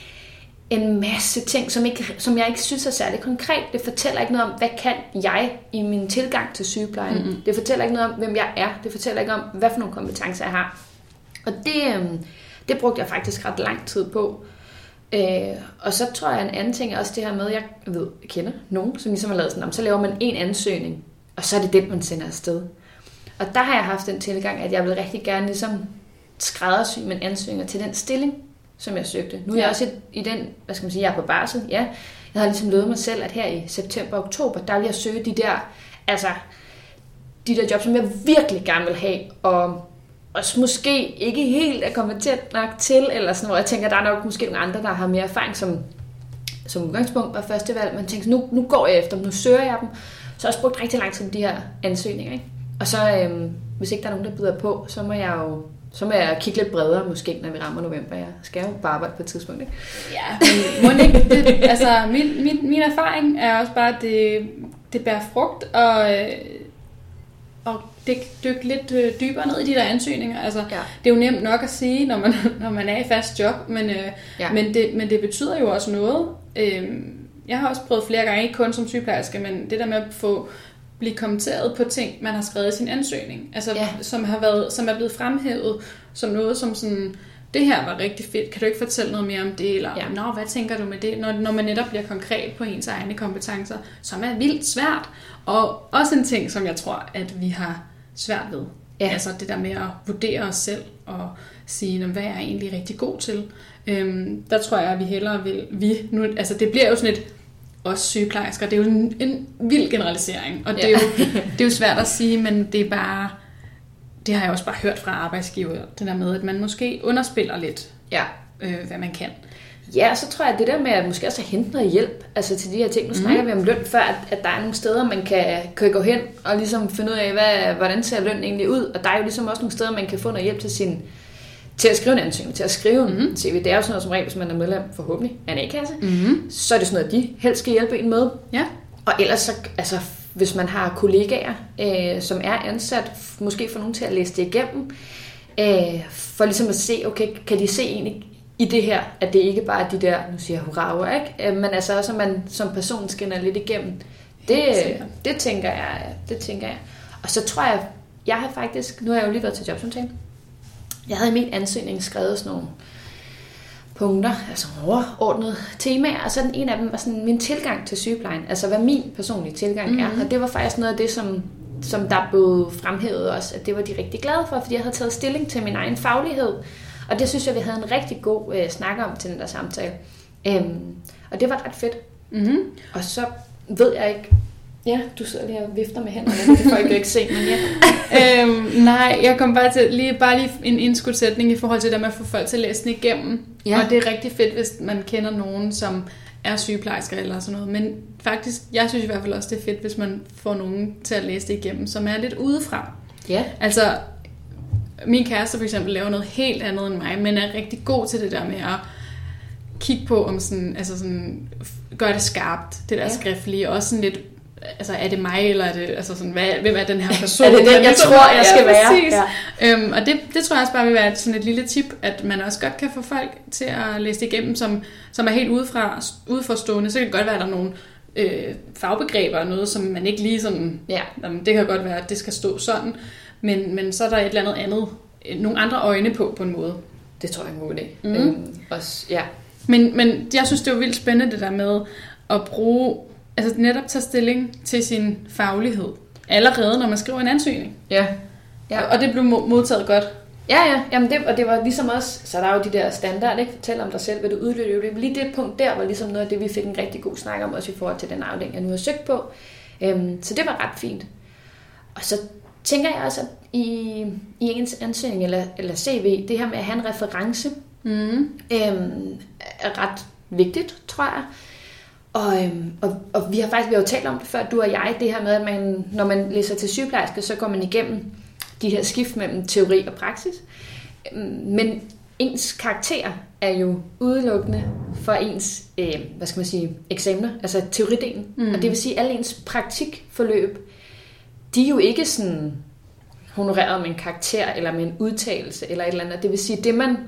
B: en masse ting, som, ikke, som jeg ikke synes er særlig konkret. Det fortæller ikke noget om, hvad kan jeg i min tilgang til sygeplejen. Mm-hmm. Det fortæller ikke noget om, hvem jeg er. Det fortæller ikke om, hvad for nogle kompetencer jeg har. Og det, øhm, det brugte jeg faktisk ret lang tid på. Øh, og så tror jeg en anden ting er også det her med, jeg ved, jeg kender nogen, som ligesom har lavet sådan, så laver man en ansøgning, og så er det den, man sender afsted. Og der har jeg haft den tilgang, at jeg vil rigtig gerne ligesom skræddersy mine ansøgninger til den stilling, som jeg søgte. Nu er ja. jeg også i, i den, hvad skal man sige, jeg er på barsel, ja. Jeg har ligesom lovet mig selv, at her i september og oktober, der vil jeg søge de der, altså, de der jobs, som jeg virkelig gerne vil have, og også måske ikke helt er kompetent nok til, eller sådan noget. Jeg tænker, der er nok måske nogle andre, der har mere erfaring som, som udgangspunkt var første valg. Man tænker, nu, nu går jeg efter dem, nu søger jeg dem. Så jeg har også brugt rigtig lang tid på de her ansøgninger. Ikke? Og så, øhm, hvis ikke der er nogen, der byder på, så må jeg jo så må jeg kigge lidt bredere, måske, når vi rammer november. Jeg skal jo bare arbejde på et tidspunkt, ikke?
A: Ja, men må ikke, det, altså, min, min, min erfaring er også bare, at det, det bærer frugt, og... Øh, og dykke lidt øh, dybere ned i de der ansøgninger. Altså, ja. Det er jo nemt nok at sige, når man, når man er i fast job, men, øh, ja. men, det, men det betyder jo også noget. Øh, jeg har også prøvet flere gange, ikke kun som sygeplejerske, men det der med at få blive kommenteret på ting, man har skrevet i sin ansøgning, altså, ja. som, har været, som er blevet fremhævet som noget som sådan, det her var rigtig fedt, kan du ikke fortælle noget mere om det, eller ja. Nå, hvad tænker du med det, når, når man netop bliver konkret på ens egne kompetencer, som er vildt svært, og også en ting, som jeg tror, at vi har svært ved, ja. Altså det der med at vurdere os selv, og sige, hvad jeg er egentlig rigtig god til, øhm, der tror jeg, at vi hellere vil, vi nu, altså det bliver jo sådan et, også sygeplejersker, det er jo en, en vild generalisering, og det, ja. er jo, det er jo svært at sige, men det er bare, det har jeg også bare hørt fra arbejdsgiver, det der med, at man måske underspiller lidt, ja. øh, hvad man kan.
B: Ja, så tror jeg, at det der med at måske også hente noget hjælp altså til de her ting. Nu snakker mm. vi om løn før, at, at der er nogle steder, man kan, kan gå hen og ligesom finde ud af, hvad, hvordan ser løn egentlig ud. Og der er jo ligesom også nogle steder, man kan få noget hjælp til sin til at skrive en ansøgning, til at skrive en mm. C V. Det er jo sådan noget som regel, hvis man er medlem forhåbentlig af en A-kasse. Mm. Så er det sådan noget, de helst skal hjælpe en med. Ja. Og ellers så, altså, hvis man har kollegaer, øh, som er ansat, måske få nogen til at læse det igennem, øh, for ligesom at se, okay, kan de se egentlig i det her, at det ikke bare er de der, nu siger jeg hurraver, ikke? Øh, men altså også, at man som person skinner lidt igennem. Det, det, tænker jeg, det tænker jeg. Og så tror jeg, jeg har faktisk, nu har jeg jo lige været til jobsamtale, jeg havde i min ansøgning skrevet sådan nogle punkter, altså overordnede temaer, og så den ene af dem var sådan min tilgang til sygeplejen, altså hvad min personlige tilgang mm-hmm. er, og det var faktisk noget af det, som, som der blev fremhævet også, at det var de rigtig glade for, fordi jeg havde taget stilling til min egen faglighed, og det synes jeg, vi havde en rigtig god øh, snak om til den der samtale, øhm, og det var ret fedt. Mm-hmm. Og så ved jeg ikke, ja, du sidder lige og vifter med hænderne, det kan folk ikke se, men ja.
A: øhm, nej, jeg kom bare til lige, bare lige en indskudsætning i forhold til det med at få folk til at læse den igennem. Ja. Og det er rigtig fedt, hvis man kender nogen, som er sygeplejersker eller sådan noget. Men faktisk, jeg synes i hvert fald også, det er fedt, hvis man får nogen til at læse det igennem, som er lidt udefra. Ja. Altså, min kæreste for eksempel laver noget helt andet end mig, men er rigtig god til det der med at kigge på, om sådan, altså sådan, gør det skarpt, det der ja. skriftlige, og også sådan lidt, altså er det mig, eller er det, altså sådan, hvad, hvem er den her person?
B: Er det den, jeg tror, jeg skal
A: ja,
B: være?
A: Ja. Øhm, og det, det tror jeg også bare vil være sådan et lille tip, at man også godt kan få folk til at læse det igennem, som, som er helt udefra, udeforstående. Så kan det godt være, at der er nogle øh, fagbegreber og noget, som man ikke lige sådan, ja. jamen, det kan godt være, at det skal stå sådan, men, men så er der et eller andet andet, nogle andre øjne på, på en måde.
B: Det tror jeg er en god idé. Mm. Øhm, også, ja.
A: Men, men jeg synes, det var vildt spændende, det der med at bruge, altså netop tage stilling til sin faglighed, allerede når man skriver en ansøgning.
B: Ja. Ja.
A: Og det blev modtaget godt.
B: Ja, ja. Jamen det, og det var ligesom også, så der er jo de der standard, ikke? Fortæl om dig selv, hvad du udløber. Lige det punkt der var ligesom noget af det, vi fik en rigtig god snak om, også i forhold til den afdeling, jeg nu har søgt på. Øhm, så det var ret fint. Og så tænker jeg også, at i, i ens ansøgning eller, eller C V, det her med at have en reference, mm. øhm, er ret vigtigt, tror jeg. Og, øhm, og, og vi har faktisk vi har jo talt om det før, du og jeg, det her med, at man, når man læser til sygeplejerske, så går man igennem de her skift mellem teori og praksis. Men ens karakter er jo udelukkende for ens, øh, hvad skal man sige, eksamener, altså teoridelen. Mm. Og det vil sige, at alle ens praktikforløb, de er jo ikke sådan honoreret med en karakter eller med en udtalelse eller et eller andet. Det vil sige, det man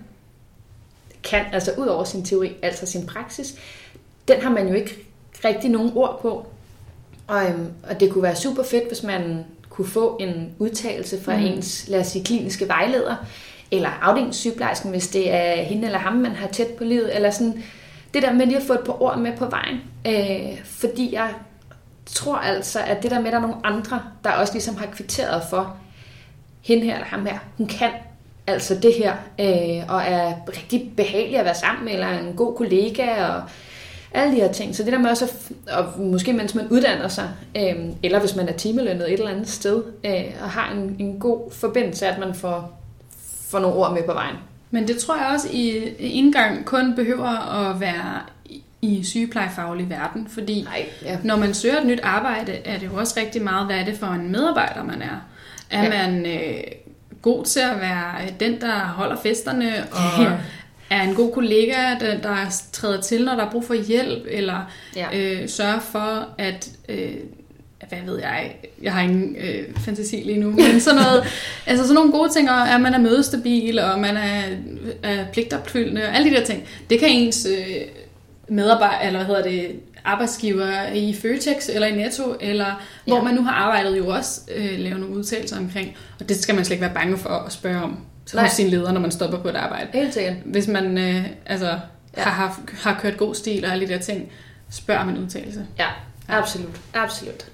B: kan, altså ud over sin teori, altså sin praksis, den har man jo ikke rigtig nogen ord på. Og, øhm, og det kunne være super fedt, hvis man kunne få en udtalelse fra mm. ens, lad os sige, kliniske vejleder, eller afdelingssygeplejersken, hvis det er hende eller ham, man har tæt på livet, eller sådan det der med lige at få et par ord med på vejen. Øh, fordi jeg tror altså, at det der med, at der er nogle andre, der også ligesom har kvitteret for hende her eller ham her, hun kan altså det her, øh, og er rigtig behagelig at være sammen med, eller en god kollega, og alle de her ting. Så det der med også, og måske mens man uddanner sig, øh, eller hvis man er timelønnet et eller andet sted, øh, og har en, en god forbindelse, at man får, får nogle ord med på vejen.
A: Men det tror jeg også i indgang kun behøver at være i sygeplejefaglig verden, fordi
B: Nej, ja.
A: når man søger et nyt arbejde, er det jo også rigtig meget, hvad er det for en medarbejder, man er. Er ja. man øh, god til at være den, der holder festerne, og ja. er en god kollega, der, der træder til, når der er brug for hjælp, eller ja. øh, sørger for, at, øh, hvad ved jeg, jeg har ingen øh, fantasi lige nu, men sådan noget, altså sådan nogle gode ting, og at man er mødestabil, og man er, er pligtopfyldende, og alle de der ting, det kan ens øh, medarbejder, eller hvad hedder det, arbejdsgiver i Føtex eller i Netto, eller ja. hvor man nu har arbejdet jo også øh, lave nogle udtalelser omkring, og det skal man slet ikke være bange for at spørge om hos sin leder, når man stopper på et arbejde.
B: Helt sikkert.
A: Hvis man øh, altså, ja. har, har, har kørt god stil og alle de der ting, spørger om en udtalelse.
B: Ja, ja. absolut. absolut.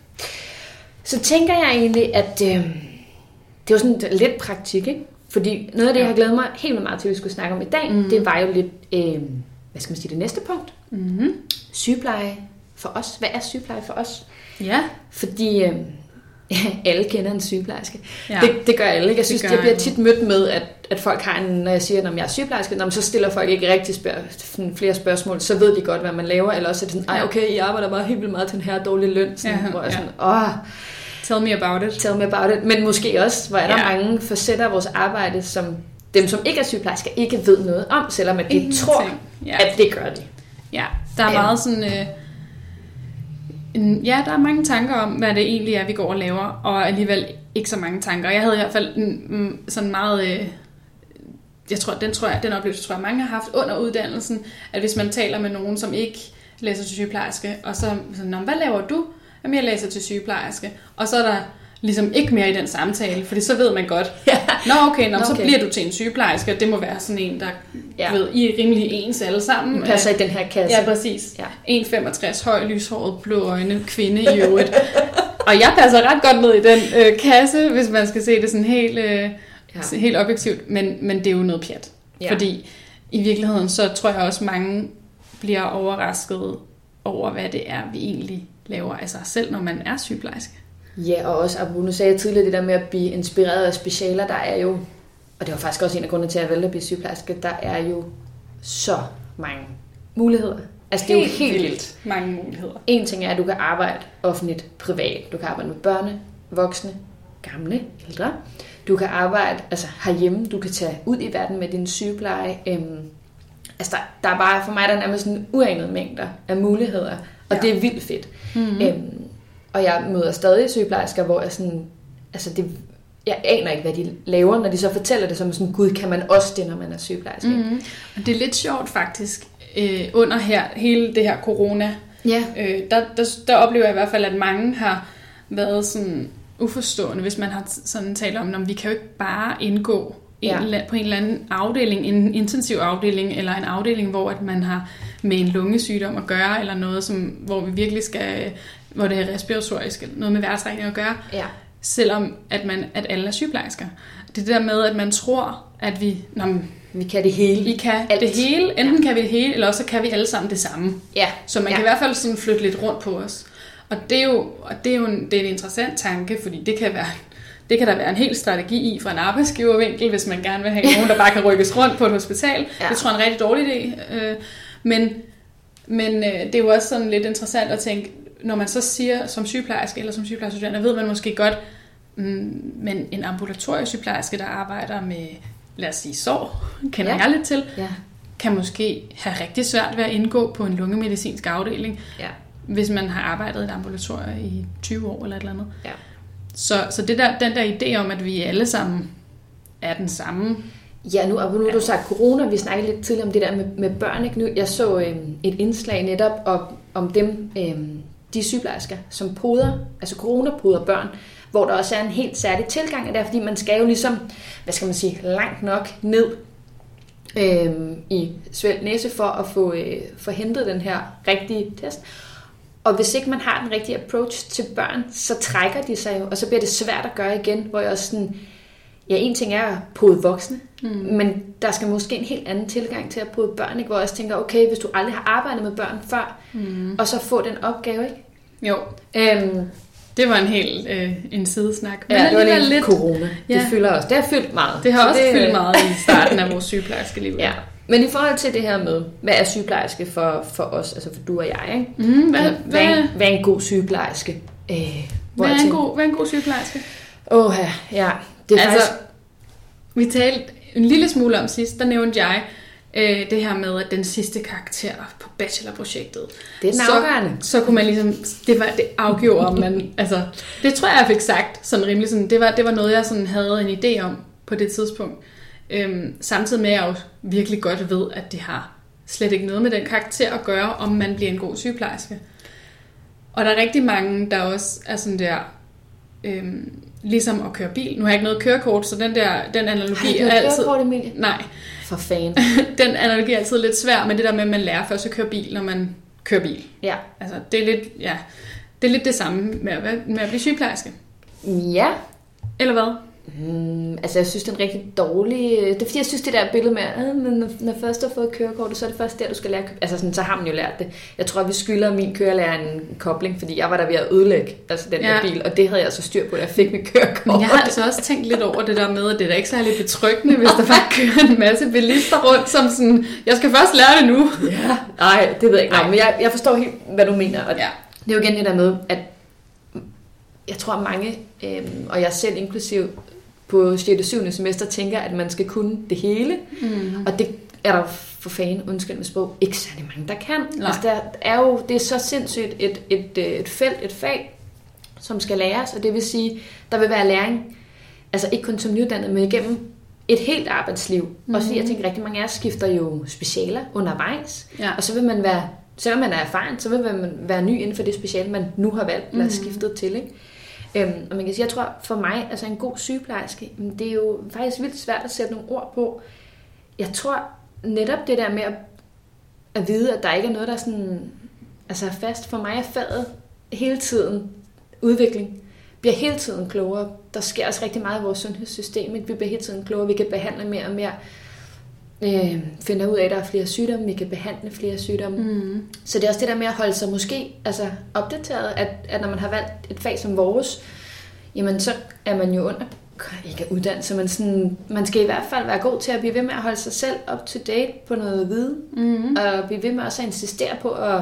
B: Så tænker jeg egentlig, at øh, det er jo sådan lidt praktik, ikke? Fordi noget af det, ja. jeg har glædet mig helt vildt meget til, at vi skulle snakke om i dag, mm. det var jo lidt, øh, hvad skal man sige, det næste punkt. Mm-hmm. Sygepleje for os. Hvad er sygepleje for os?
A: Ja.
B: Fordi øh, alle kender en sygeplejerske. Ja. Det, det gør alle. Jeg synes, det jeg bliver tit mødt med, at, at folk har en, når jeg siger, at jeg er sygeplejerske, når så stiller folk ikke rigtig spørg- flere spørgsmål, så ved de godt, hvad man laver, eller også er det sådan, ej okay, I arbejder bare helt vildt meget til en her dårlig løn, sådan, ja, hvor jeg ja. sådan, åh,
A: tell me about it.
B: Tell me about it. Men måske også, hvor er der ja. mange facetter af vores arbejde, som dem, som ikke er sygeplejersker, ikke ved noget om, selvom at de Ingenting. tror, ja. at det gør de.
A: Ja, der er meget sådan, øh, Ja, der er mange tanker om, hvad det egentlig er, vi går og laver, og alligevel ikke så mange tanker. Jeg havde i hvert fald en, sådan meget... Øh, jeg tror, den, tror jeg, den oplevelse tror jeg, mange har haft under uddannelsen, at hvis man taler med nogen, som ikke læser til sygeplejerske, og så sådan, hvad laver du? Jamen, jeg læser til sygeplejerske. Og så er der ligesom ikke mere i den samtale, fordi så ved man godt, ja. Nå okay, nå, nå, okay. Så bliver du til en sygeplejerske, og det må være sådan en, der ja. ved, I er rimelig ens alle sammen.
B: Du passer i den her kasse.
A: Ja, præcis. Ja. en komma femogtres, høj, lyshåret, blå øjne, kvinde i øvrigt. Og jeg passer ret godt ned i den øh, kasse, hvis man skal se det sådan helt, øh, ja. helt objektivt, men, men det er jo noget pjat. Ja. Fordi i virkeligheden, så tror jeg også, mange bliver overrasket over, hvad det er, vi egentlig laver af sig selv, når man er sygeplejerske.
B: Ja, og også, Abu, nu sagde jeg tidligere det der med at blive inspireret af specialer, der er jo, og det var faktisk også en af grundene til, at jeg valgte at blive sygeplejerske, der er jo så mange muligheder. Altså det er jo helt vildt
A: mange muligheder.
B: En ting er, at du kan arbejde offentligt, privat. Du kan arbejde med børne, voksne, gamle, ældre. Du kan arbejde altså herhjemme, du kan tage ud i verden med din sygepleje. Øhm, altså der, der er bare, for mig der er nærmest sådan uanede mængder af muligheder, og ja. Det er vildt fedt. Mm-hmm. Øhm, Og jeg møder stadig sygeplejersker, hvor jeg sådan, altså det, jeg aner ikke, hvad de laver, når de så fortæller det som sådan, gud, kan man også det, når man er sygeplejerske?
A: Mm-hmm. Og det er lidt sjovt faktisk, øh, under her, hele det her corona,
B: ja.
A: øh, der, der, der oplever jeg i hvert fald, at mange har været sådan uforstående, hvis man har sådan talt om, at vi kan jo ikke bare indgå ja. en, på en eller anden afdeling, en intensiv afdeling, eller en afdeling, hvor at man har med en lungesygdom at gøre, eller noget, som, hvor vi virkelig skal... hvor det er respiratorisk, noget med vejrtrækning at gøre,
B: ja.
A: selvom at, man, at alle er sygeplejersker. Det er det der med, at man tror, at vi... Nå,
B: vi kan det hele.
A: Vi kan alt. Det hele. Enten ja. kan vi det hele, eller også kan vi alle sammen det samme.
B: Ja.
A: Så man
B: ja.
A: kan i hvert fald sådan flytte lidt rundt på os. Og det er jo, og det er jo en, det er en interessant tanke, fordi det kan være... Det kan der være en hel strategi i fra en arbejdsgivervinkel, hvis man gerne vil have nogen, der bare kan rykkes rundt på et hospital. Ja. Det tror jeg er en rigtig dårlig idé. Men, men det er jo også sådan lidt interessant at tænke, når man så siger som sygeplejerske eller som sygeplejerskestuderende, ved man måske godt, mm, men en ambulatoriesygeplejerske, der arbejder med, lad os sige, sår, kender ja. jeg lidt til,
B: ja.
A: kan måske have rigtig svært ved at indgå på en lungemedicinsk afdeling,
B: ja.
A: hvis man har arbejdet i et ambulatorie i tyve år eller et eller andet.
B: Ja.
A: Så, så det der, den der idé om, at vi alle sammen er den samme.
B: Ja, nu, og nu har du sagt corona, vi snakkede lidt tidligere om det der med, med børn. Ikke? Nu, jeg så øhm, et indslag netop om, om dem, øhm, de sygeplejersker, som poder, altså coronapoder børn, hvor der også er en helt særlig tilgang af det, fordi man skal jo ligesom, hvad skal man sige, langt nok ned øhm, i svælg næse for at få, øh, få hentet den her rigtige test. Og hvis ikke man har den rigtige approach til børn, så trækker de sig jo, og så bliver det svært at gøre igen, hvor jeg også sådan, ja, en ting er at pode voksne, mm. men der skal måske en helt anden tilgang til at pode børn, ikke? Hvor jeg også tænker, okay, hvis du aldrig har arbejdet med børn før, mm. og så få den opgave, ikke?
A: Jo. Øhm, det var en helt øh, en sidesnak.
B: Men ja, det var lidt corona. Ja. Det fylder også. Det har fyldt meget.
A: Det har så også det, fyldt meget i starten af vores sygeplejerske liv.
B: Ja. Men i forhold til det her med, hvad er sygeplejerske for, for os, altså for du og jeg, ikke?
A: Mm, hvad,
B: hvad, hvad, er, hvad er en god sygeplejerske? Øh,
A: hvad, er en god, hvad er en god sygeplejerske?
B: Åh, ja, ja. Det er
A: altså,
B: faktisk...
A: vi talte en lille smule om sidst, der nævnte jeg øh, det her med, at den sidste karakter på bachelorprojektet.
B: Det er den afgørende.
A: Så, så kunne man ligesom, det var det afgjorde, om man, altså, det tror jeg, jeg fik sagt sådan rimelig sådan, det var, det var noget, jeg sådan havde en idé om på det tidspunkt. Øhm, samtidig med, at jeg jo virkelig godt ved, at det har slet ikke noget med den karakter at gøre, om man bliver en god sygeplejerske. Og der er rigtig mange, der også er sådan der, øhm, ligesom at køre bil. Nu har jeg ikke noget kørekort, så den der den analogi
B: er
A: altid...
B: kørekort, Emilie?
A: Nej.
B: For fan.
A: Den analogi er altid lidt svær, men det der med, at man lærer først at køre bil, når man kører bil.
B: Ja.
A: Altså, det er lidt, ja, det er lidt det samme med at, med at blive sygeplejerske.
B: Ja.
A: Eller hvad?
B: Hmm, altså jeg synes det er en rigtig dårlig. Det er fordi jeg synes det der billede med at når, når først du har fået kørekort, så er det først der du skal lære. Altså sådan, så har man jo lært det. Jeg tror vi skylder min kørelærer en kobling, fordi jeg var der ved at ødelægge altså den ja. der bil, og det havde jeg så styr på, da jeg fik mit kørekort.
A: Men jeg har altså også tænkt lidt over det der med, at det er da ikke særlig betryggende, hvis der bare kører en masse bilister rundt, som sådan, jeg skal først lære det nu.
B: Ja. Nej, det ved jeg ikke. Nej, men jeg, jeg forstår helt, hvad du mener. Og ja. Det er jo igen det der med, at jeg tror at mange, øhm, og jeg selv inklusiv på sjette og syvende semester tænker, at man skal kunne det hele. Mm. Og det er der for fanden, undskyld med sprog, ikke særlig mange, der kan.
A: Nej.
B: Altså, der er jo, det er så sindssygt et, et, et felt, et fag, som skal læres, og det vil sige, der vil være læring, altså ikke kun som nyuddannet, men igennem et helt arbejdsliv. Mm-hmm. Også fordi jeg tænker, rigtig mange af os skifter jo specialer undervejs, ja. Og så vil man være, selvom man er erfaren, så vil man være ny inden for det speciale, man nu har valgt, eller mm-hmm. skiftet til, ikke? Øhm, og man kan sige, jeg tror for mig, altså en god sygeplejerske, det er jo faktisk vildt svært at sætte nogle ord på. Jeg tror netop det der med at, at vide, at der ikke er noget, der er sådan, altså fast. For mig er faget hele tiden udvikling. Bliver hele tiden klogere. Der sker også rigtig meget i vores sundhedssystem. Ikke? Vi bliver hele tiden klogere. Vi kan behandle mere og mere. Øh, finder ud af, at der er flere sygdomme. Vi kan behandle flere sygdomme. Mm. Så det er også det der med at holde sig måske altså opdateret, at, at når man har valgt et fag som vores, jamen så er man jo under, ikke uddannelse, men sådan, man skal i hvert fald være god til at blive ved med at holde sig selv up to date på noget viden. Mm. Og blive ved med også at insistere på at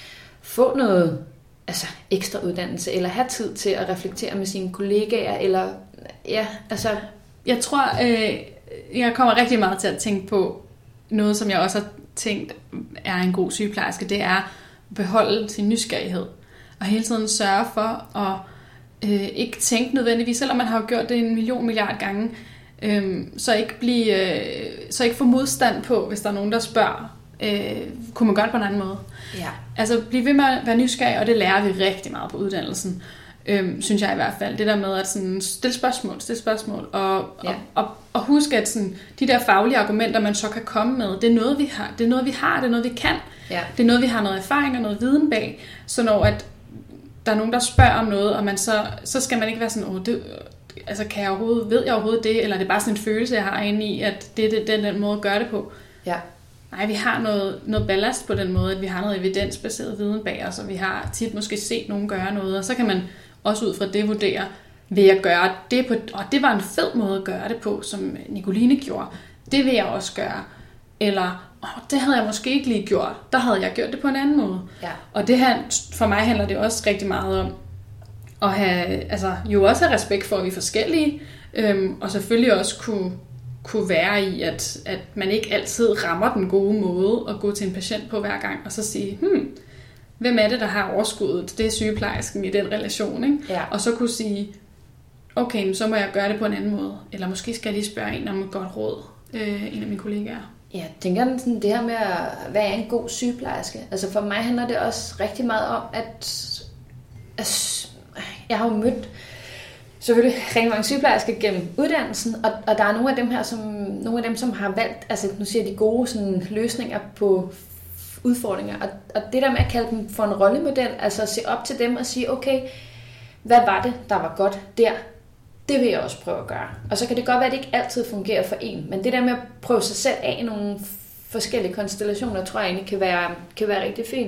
B: få noget altså ekstra uddannelse, eller have tid til at reflektere med sine kollegaer, eller ja, altså...
A: Jeg tror, øh, jeg kommer rigtig meget til at tænke på noget, som jeg også har tænkt er en god sygeplejerske, det er at beholde sin nysgerrighed, og hele tiden sørge for at øh, ikke tænke nødvendigvis, selvom man har jo gjort det en million milliard gange, øh, så ikke blive, øh, så ikke få modstand på, hvis der er nogen, der spørger, øh, kunne man gøre det på en anden måde. Ja. Altså blive ved med at være nysgerrig, og det lærer vi rigtig meget på uddannelsen, øhm, synes jeg i hvert fald. Det der med at sådan, stille spørgsmål, stille spørgsmål, og, ja. og, og, og huske, at sådan, de der faglige argumenter, man så kan komme med, det er noget, vi har, det er noget, vi har, det er noget, vi kan. Ja. Det er noget, vi har noget erfaring og noget viden bag, så når at der er nogen, der spørger om noget, og man så, så skal man ikke være sådan, åh, det, altså kan jeg overhovedet, ved jeg overhovedet det, eller er det bare sådan en følelse, jeg har inde i, at det er det, den, den måde at gøre det på. Ja. Nej, vi har noget, noget ballast på den måde, at vi har noget evidensbaseret viden bag os, og vi har tit måske set nogen gøre noget, og så kan man også ud fra det vurdere, vil jeg gøre det på, og det var en fed måde at gøre det på, som Nicoline gjorde, det vil jeg også gøre, eller åh, det havde jeg måske ikke lige gjort, der havde jeg gjort det på en anden måde. Ja. Og det her, for mig handler det også rigtig meget om, at have, altså jo også have respekt for, at vi er forskellige, øhm, og selvfølgelig også kunne kunne være i, at, at man ikke altid rammer den gode måde at gå til en patient på hver gang, og så sige, hmm, hvem er det, der har overskuddet? Det er sygeplejersken i den relation, ikke? Ja. Og så kunne sige, okay, så må jeg gøre det på en anden måde, eller måske skal jeg lige spørge en om et godt råd, øh, en af mine kollegaer.
B: Ja, jeg tænker sådan det her med at være en god sygeplejerske. Altså for mig handler det også rigtig meget om, at, at jeg har jo mødt selvfølgelig rigtig mange sygeplejersker gennem uddannelsen, og, og der er nogle af dem her, som nogle af dem, som har valgt, altså nu siger de gode sådan, løsninger på udfordringer, og, og det der med at kalde dem for en rollemodel, altså at se op til dem og sige, okay, hvad var det, der var godt der? Det vil jeg også prøve at gøre. Og så kan det godt være, at det ikke altid fungerer for en, men det der med at prøve sig selv af i nogle forskellige konstellationer, tror jeg egentlig kan være, kan være rigtig fint.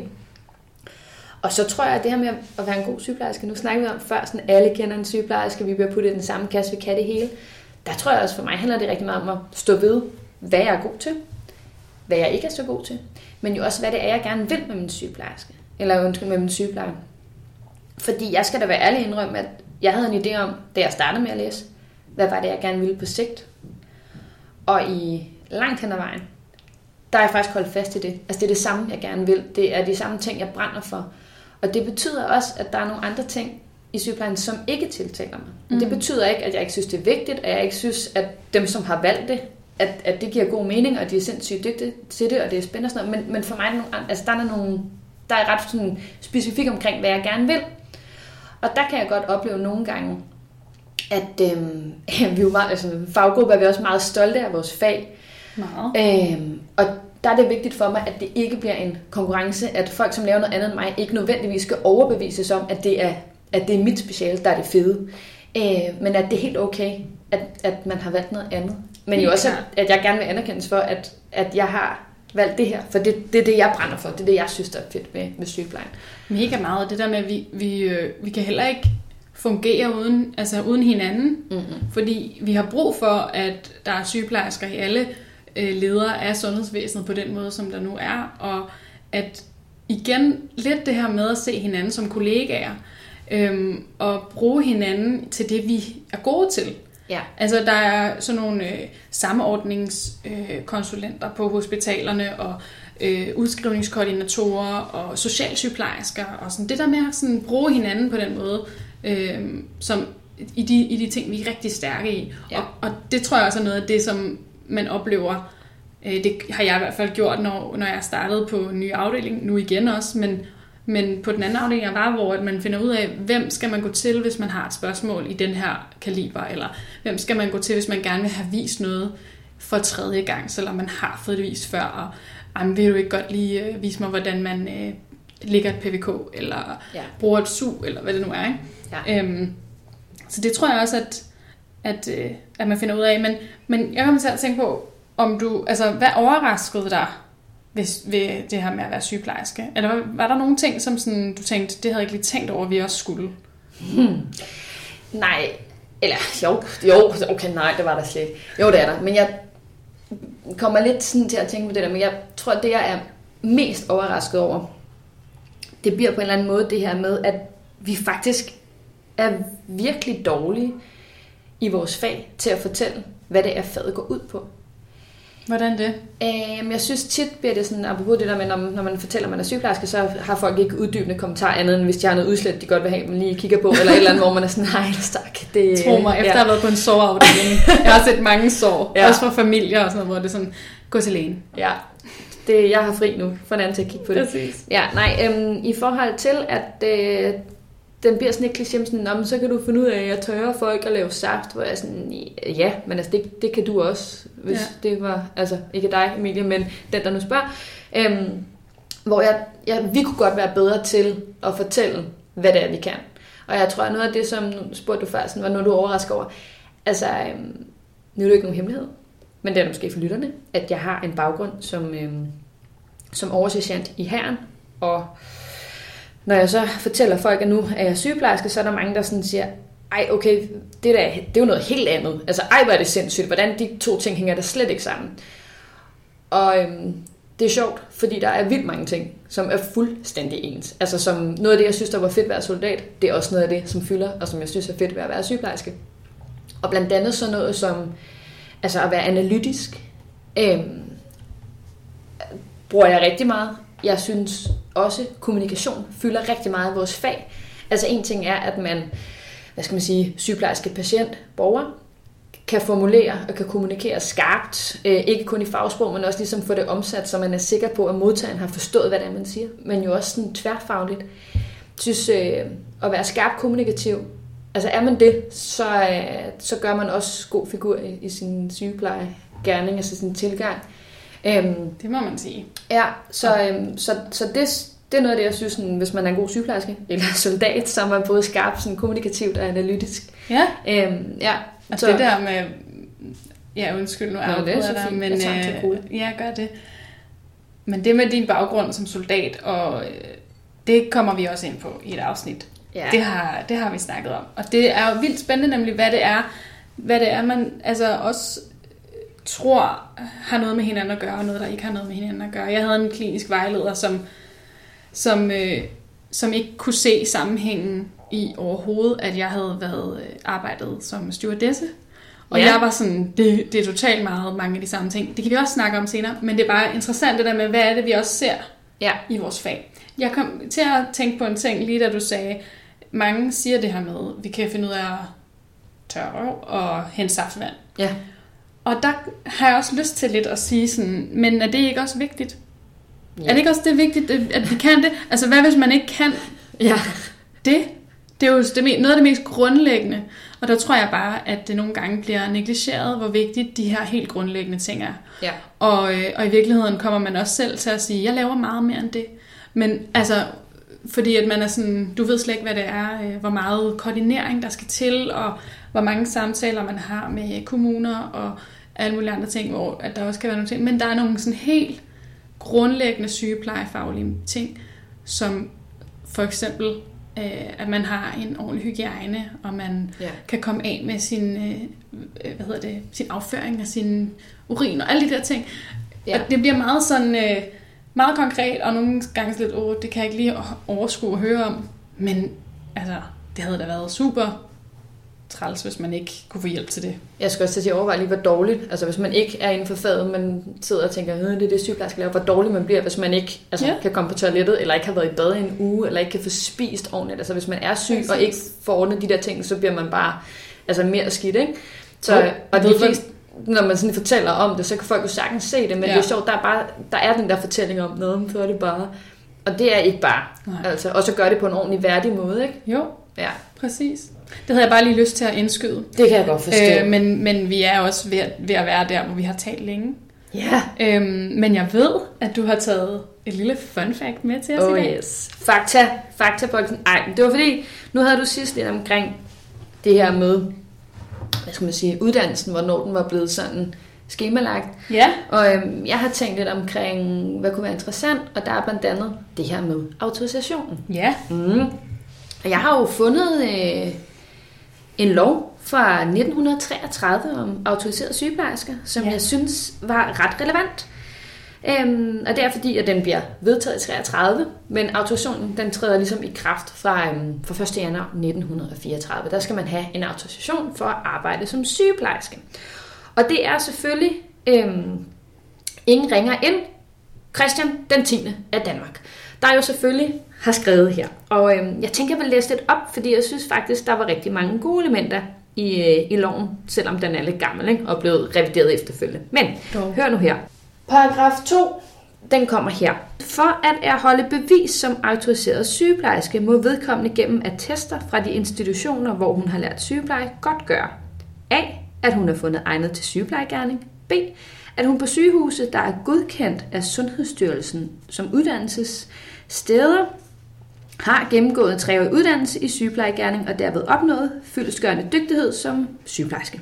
B: Og så tror jeg, at det her med at være en god sygeplejerske, nu snakker vi om før, sådan alle kender en sygeplejerske, vi bliver puttet i den samme kasse, vi kan det hele. Der tror jeg også, for mig handler det rigtig meget om at stå ved, hvad jeg er god til, hvad jeg ikke er så god til, men jo også, hvad det er, jeg gerne vil med min sygeplejerske, eller undskyld, med min sygeplejer. Fordi jeg skal da være ærlig indrømme, at jeg havde en idé om, da jeg startede med at læse, hvad var det, jeg gerne ville på sigt. Og i langt hen ad vejen, der er jeg faktisk holdt fast i det. Altså det er det samme, jeg gerne vil. Det er de samme ting, jeg brænder for. Og det betyder også, at der er nogle andre ting i sygeplejen, som ikke tiltaler mig. Mm. Det betyder ikke, at jeg ikke synes, det er vigtigt, og jeg ikke synes, at dem, som har valgt det, at, at det giver god mening, og de er sindssygt dygtige til det, og det er spændende og sådan noget. Men, men for mig er der, nogle, altså der er nogle, der er ret sådan specifik omkring, hvad jeg gerne vil. Og der kan jeg godt opleve nogle gange, at øhm, vi er jo meget, altså faggruppe er vi også meget stolte af vores fag. Øhm, og der er det vigtigt for mig, at det ikke bliver en konkurrence, at folk, som laver noget andet end mig, ikke nødvendigvis skal overbevises om, at det er, at det er mit speciale, der er det fede. Øh, men at det er helt okay, at, at man har valgt noget andet. Men jo også, at, at jeg gerne vil anerkendes for, at, at jeg har valgt det her, for det, det er det, jeg brænder for. Det er det, jeg synes, der er fedt med, med sygeplejen.
A: Mega meget. Det der med, at vi, vi, øh, vi kan heller ikke fungere uden, altså uden hinanden, mm-hmm. fordi vi har brug for, at der er sygeplejersker i alle ledere af sundhedsvæsenet på den måde, som der nu er, og at igen lidt det her med at se hinanden som kollegaer, øhm, og bruge hinanden til det, vi er gode til. Ja. Altså, der er sådan nogle øh, samordningskonsulenter øh, på hospitalerne, og øh, udskrivningskoordinatorer, og socialsygeplejersker, og sådan det der med at sådan bruge hinanden på den måde, øh, som i de, i de ting, vi er rigtig stærke i. Ja. Og, og det tror jeg også er noget af det, som man oplever. Det har jeg i hvert fald gjort, når, når jeg startede på en ny afdeling, nu igen også, men, men på den anden afdeling jeg var, hvor man finder ud af, hvem skal man gå til, hvis man har et spørgsmål i den her kaliber, eller hvem skal man gå til, hvis man gerne vil have vist noget for tredje gang, selvom man har fået det vist før, og ej, vil du ikke godt lige øh, vise mig, hvordan man øh, lægger et P V K, eller ja. bruger et S U, eller hvad det nu er, ikke? Ja. Øhm, så det tror jeg også, at, at, øh, at man finder ud af, men, men jeg kommer til at tænke på, om du, altså, hvad overraskede dig ved, ved det her med at være sygeplejerske? Eller var, var der nogle ting, som sådan, du tænkte, det havde jeg ikke lige tænkt over, at vi også skulle?
B: Hmm. Nej, eller jo, jo, okay, nej, det var der slet. Jo, det er der, men jeg kommer lidt sådan til at tænke på det der, men jeg tror, at det jeg er mest overrasket over, det bliver på en eller anden måde det her med, at vi faktisk er virkelig dårlige i vores fag til at fortælle, hvad det er, faget går ud på.
A: Hvordan det?
B: Øhm, jeg synes tit bliver det sådan, apropos det der med, når, når man fortæller, at man er sygeplejerske, så har folk ikke uddybende kommentarer andet, end hvis de har noget udslæt, de godt vil have, man lige kigger på, eller et eller andet, hvor man er sådan, nej, stak. Det,
A: Tro mig, efter ja. at have været på en sårafdeling, jeg har set mange sår, ja. også fra familier og sådan noget, hvor det er sådan, gå til lægen.
B: Ja, det, jeg har fri nu, for en anden til at kigge på det.
A: Præcis.
B: Ja, nej, øhm, i forhold til, at øh, den bliver sådan lidt kliché, sådan, så kan du finde ud af, at jeg tørrer folk at lave saft, hvor jeg sådan, ja, men altså, det, det kan du også, hvis ja. det var, altså ikke dig, Emilie, men den, der nu spørger, øhm, hvor jeg, jeg, vi kunne godt være bedre til at fortælle, hvad det er, vi kan. Og jeg tror, at noget af det, som nu spurgte du før, sådan, var noget, du overrasker over, altså, øhm, nu er det jo ikke nogen hemmelighed, men det er måske for lytterne, at jeg har en baggrund som, øhm, som oversergent i hæren, og når jeg så fortæller folk, at nu er jeg sygeplejerske, så er der mange, der sådan siger, ej, okay, det, der, det er jo noget helt andet. Altså, ej, hvor er det sindssygt. Hvordan de to ting hænger der slet ikke sammen. Og øhm, det er sjovt, fordi der er vildt mange ting, som er fuldstændig ens. Altså, som noget af det, jeg synes, der var fedt at være soldat, det er også noget af det, som fylder, og som jeg synes er fedt ved at være sygeplejerske. Og blandt andet sådan noget som, altså at være analytisk, øhm, bruger jeg rigtig meget. Jeg synes også, kommunikation fylder rigtig meget i vores fag. Altså en ting er, at man, hvad skal man sige, sygeplejerske, patient, borger, kan formulere og kan kommunikere skarpt, øh, ikke kun i fagsprog, men også ligesom få det omsat, så man er sikker på, at modtageren har forstået, hvad det er, man siger, men jo også sådan tværfagligt. Jeg synes, øh, at være skarp kommunikativ, altså er man det, så, øh, så gør man også god figur i, i sin sygeplejegerning, altså sin tilgang.
A: Øhm, det må man sige.
B: Ja, så, øhm, så, så det, det er noget af det, jeg synes, sådan, hvis man er en god sygeplejerske eller soldat, så er man både skarp, sådan, kommunikativt og analytisk.
A: Ja,
B: øhm, ja
A: og så det der med, ja undskyld, nu er jeg der, men
B: jeg
A: øh, ja, gør det. Men det med din baggrund som soldat, og øh, det kommer vi også ind på i et afsnit. Ja. Det, har, det har vi snakket om. Og det er jo vildt spændende nemlig, hvad det er, hvad det er man altså også tror har noget med hinanden at gøre, og noget, der ikke har noget med hinanden at gøre. Jeg havde en klinisk vejleder, som, som, øh, som ikke kunne se sammenhængen i overhovedet, at jeg havde været øh, arbejdet som stewardesse. Og ja. jeg var sådan, det, det er totalt meget mange af de samme ting. Det kan vi også snakke om senere, men det er bare interessant det der med, hvad er det, vi også ser ja. i vores fag. Jeg kom til at tænke på en ting, lige da du sagde, mange siger det her med, vi kan finde ud af at tørre røv og hente saftvand. Ja. Og der har jeg også lyst til lidt at sige sådan, men er det ikke også vigtigt? Ja. Er det ikke også det vigtigt, at vi kan det? Altså hvad hvis man ikke kan ja. det? Det er jo det, noget af det mest grundlæggende. Og der tror jeg bare, at det nogle gange bliver negligeret, hvor vigtigt de her helt grundlæggende ting er. Ja. Og, øh, og i virkeligheden kommer man også selv til at sige, jeg laver meget mere end det. Men altså, fordi at man er sådan, du ved slet ikke, hvad det er, øh, hvor meget koordinering der skal til, og hvor mange samtaler man har med kommuner, og alle mulige andre ting, hvor at der også kan være nogle ting. Men der er nogle sådan helt grundlæggende sygeplejefaglige ting, som for eksempel, øh, at man har en ordentlig hygiejne, og man ja. kan komme af med sin, øh, hvad hedder det, sin afføring af sin urin, og alle de der ting. Ja. Og det bliver meget sådan, øh, meget konkret, og nogle gange lidt, åh, det kan jeg ikke lige overskue at høre om. Men altså, det havde da været super træls, hvis man ikke kunne få hjælp til det.
B: Jeg skal også til at sige, overveje lige, hvor dårligt, altså hvis man ikke er inden for faget, man sidder og tænker, det er det sygeplejerske laver, hvor dårligt man bliver, hvis man ikke altså, yeah. kan komme på toilettet, eller ikke har været i bad i en uge, eller ikke kan få spist ordentligt. Altså hvis man er syg Præcis. og ikke får ordnet de der ting, så bliver man bare altså, mere skidt, ikke? Så, oh, og de fleste, når man sådan fortæller om det, så kan folk jo sagtens se det, men ja. det er sjovt, der er, bare, der er den der fortælling om noget, så er det bare, og det er ikke bare, altså, og så gør det på en ordentlig værdig måde, ikke?
A: Jo,
B: ja.
A: Præcis. Det havde jeg bare lige lyst til at indskyde.
B: Det kan jeg godt forstå. Øh,
A: men, men vi er også ved at, ved at være der, hvor vi har talt længe.
B: Ja.
A: Yeah. Øhm, men jeg ved, at du har taget et lille fun fact med til os
B: oh,
A: i dag.
B: Yes. Fakta. Fakta-bolden. Ej, det var fordi, nu havde du sidst lidt omkring det her med, hvad skal man sige, uddannelsen, hvornår den var blevet sådan skemalagt.
A: Ja.
B: Og øhm, jeg har tænkt lidt omkring, hvad kunne være interessant, og der er blandt andet det her med autorisationen.
A: Ja.
B: Mm. Og jeg har jo fundet øh, en lov fra nitten treogtredive om autoriserede sygeplejersker, som ja. jeg synes var ret relevant. Øhm, og det er fordi, at den bliver vedtaget i treogtredive, men autorisationen den træder ligesom i kraft fra, øhm, fra første januar nitten fireogtredive. Der skal man have en autorisation for at arbejde som sygeplejerske. Og det er selvfølgelig øhm, ingen ringer end Christian den tiende af Danmark, der jo selvfølgelig har skrevet her. Og øhm, jeg tænker, jeg vil læse lidt op, fordi jeg synes faktisk, der var rigtig mange gode elementer i, øh, i loven, selvom den er lidt gammel, ikke? Og blevet revideret efterfølgende. Men oh. hør nu her. Paragraf to, den kommer her. For at erholde bevis som autoriseret sygeplejerske, må vedkommende gennem attester fra de institutioner, hvor hun har lært sygepleje, godt gøre. A. At hun er fundet egnet til sygeplejegerning. B. At hun på sygehuse, der er godkendt af Sundhedsstyrelsen som uddannelsessteder, har gennemgået en treårig uddannelse i sygeplejegerning og derved opnået fyldestgørende dygtighed som sygeplejerske.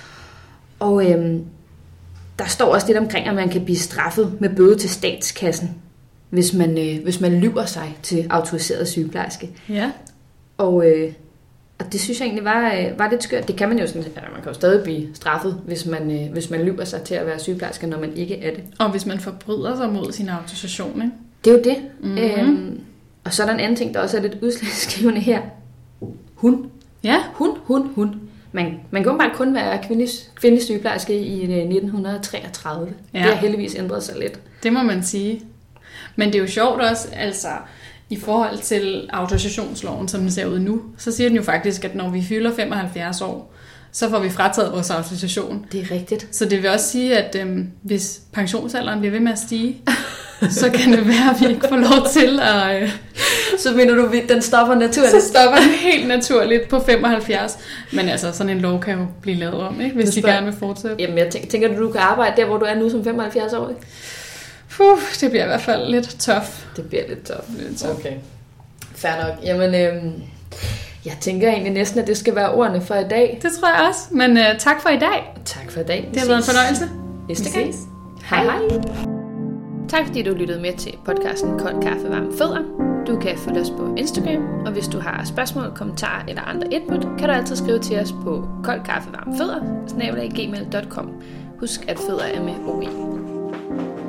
B: Og øhm, der står også lidt omkring, at man kan blive straffet med bøde til statskassen, hvis man, øh, hvis man lyver sig til autoriseret sygeplejerske.
A: Ja.
B: Og, øh, og det synes jeg egentlig var, øh, var lidt skørt. Det kan man jo sådan, altså man kan jo stadig blive straffet, hvis man, øh, hvis man lyver sig til at være sygeplejerske, når man ikke er det.
A: Og hvis man forbryder sig mod sin autorisation, ikke?
B: Det er jo det.
A: Mm-hmm.
B: Øhm, og så er der en anden ting, der også er lidt udslagsgivende her. Hun.
A: Ja.
B: Hun, hun, hun. Man, man kan bare kun være kvindelig, kvindelig sygeplejerske i nitten treogtredive. Ja. Det har heldigvis ændret sig lidt.
A: Det må man sige. Men det er jo sjovt også, altså i forhold til autorisationsloven, som den ser ud nu, så siger den jo faktisk, at når vi fylder femoghalvfjerds år, så får vi frataget vores autorisation.
B: Det er rigtigt.
A: Så det vil også sige, at øhm, hvis pensionsalderen bliver ved med at stige, så kan det være, at vi ikke får lov til at... Øh,
B: så mener du, at den stopper naturligt?
A: Så stopper den helt naturligt på femoghalvfjerds. Men altså, sådan en lov kan jo blive lavet om, ikke? Hvis de gerne vil fortsætte.
B: Jamen, jeg tænker, tænker du, du kan arbejde der, hvor du er nu som femoghalvfjerds-årig?
A: Puh, det bliver i hvert fald lidt tough.
B: Det bliver lidt tough.
A: Lidt tough.
B: Okay. Fair nok. Jamen, øhm, jeg tænker egentlig næsten, at det skal være ordene for i dag.
A: Det tror jeg også. Men øh, tak for i dag.
B: Tak for i dag.
A: Det har været en fornøjelse.
B: Næste gang. Hej hej. Tak fordi du lyttede med til podcasten Kold Kaffe Varme Fødder. Du kan følge os på Instagram, og hvis du har spørgsmål, kommentarer eller andre input, kan du altid skrive til os på koldkaffevarmefødder snabel-a gmail punktum com. Husk, at fødder er med O E.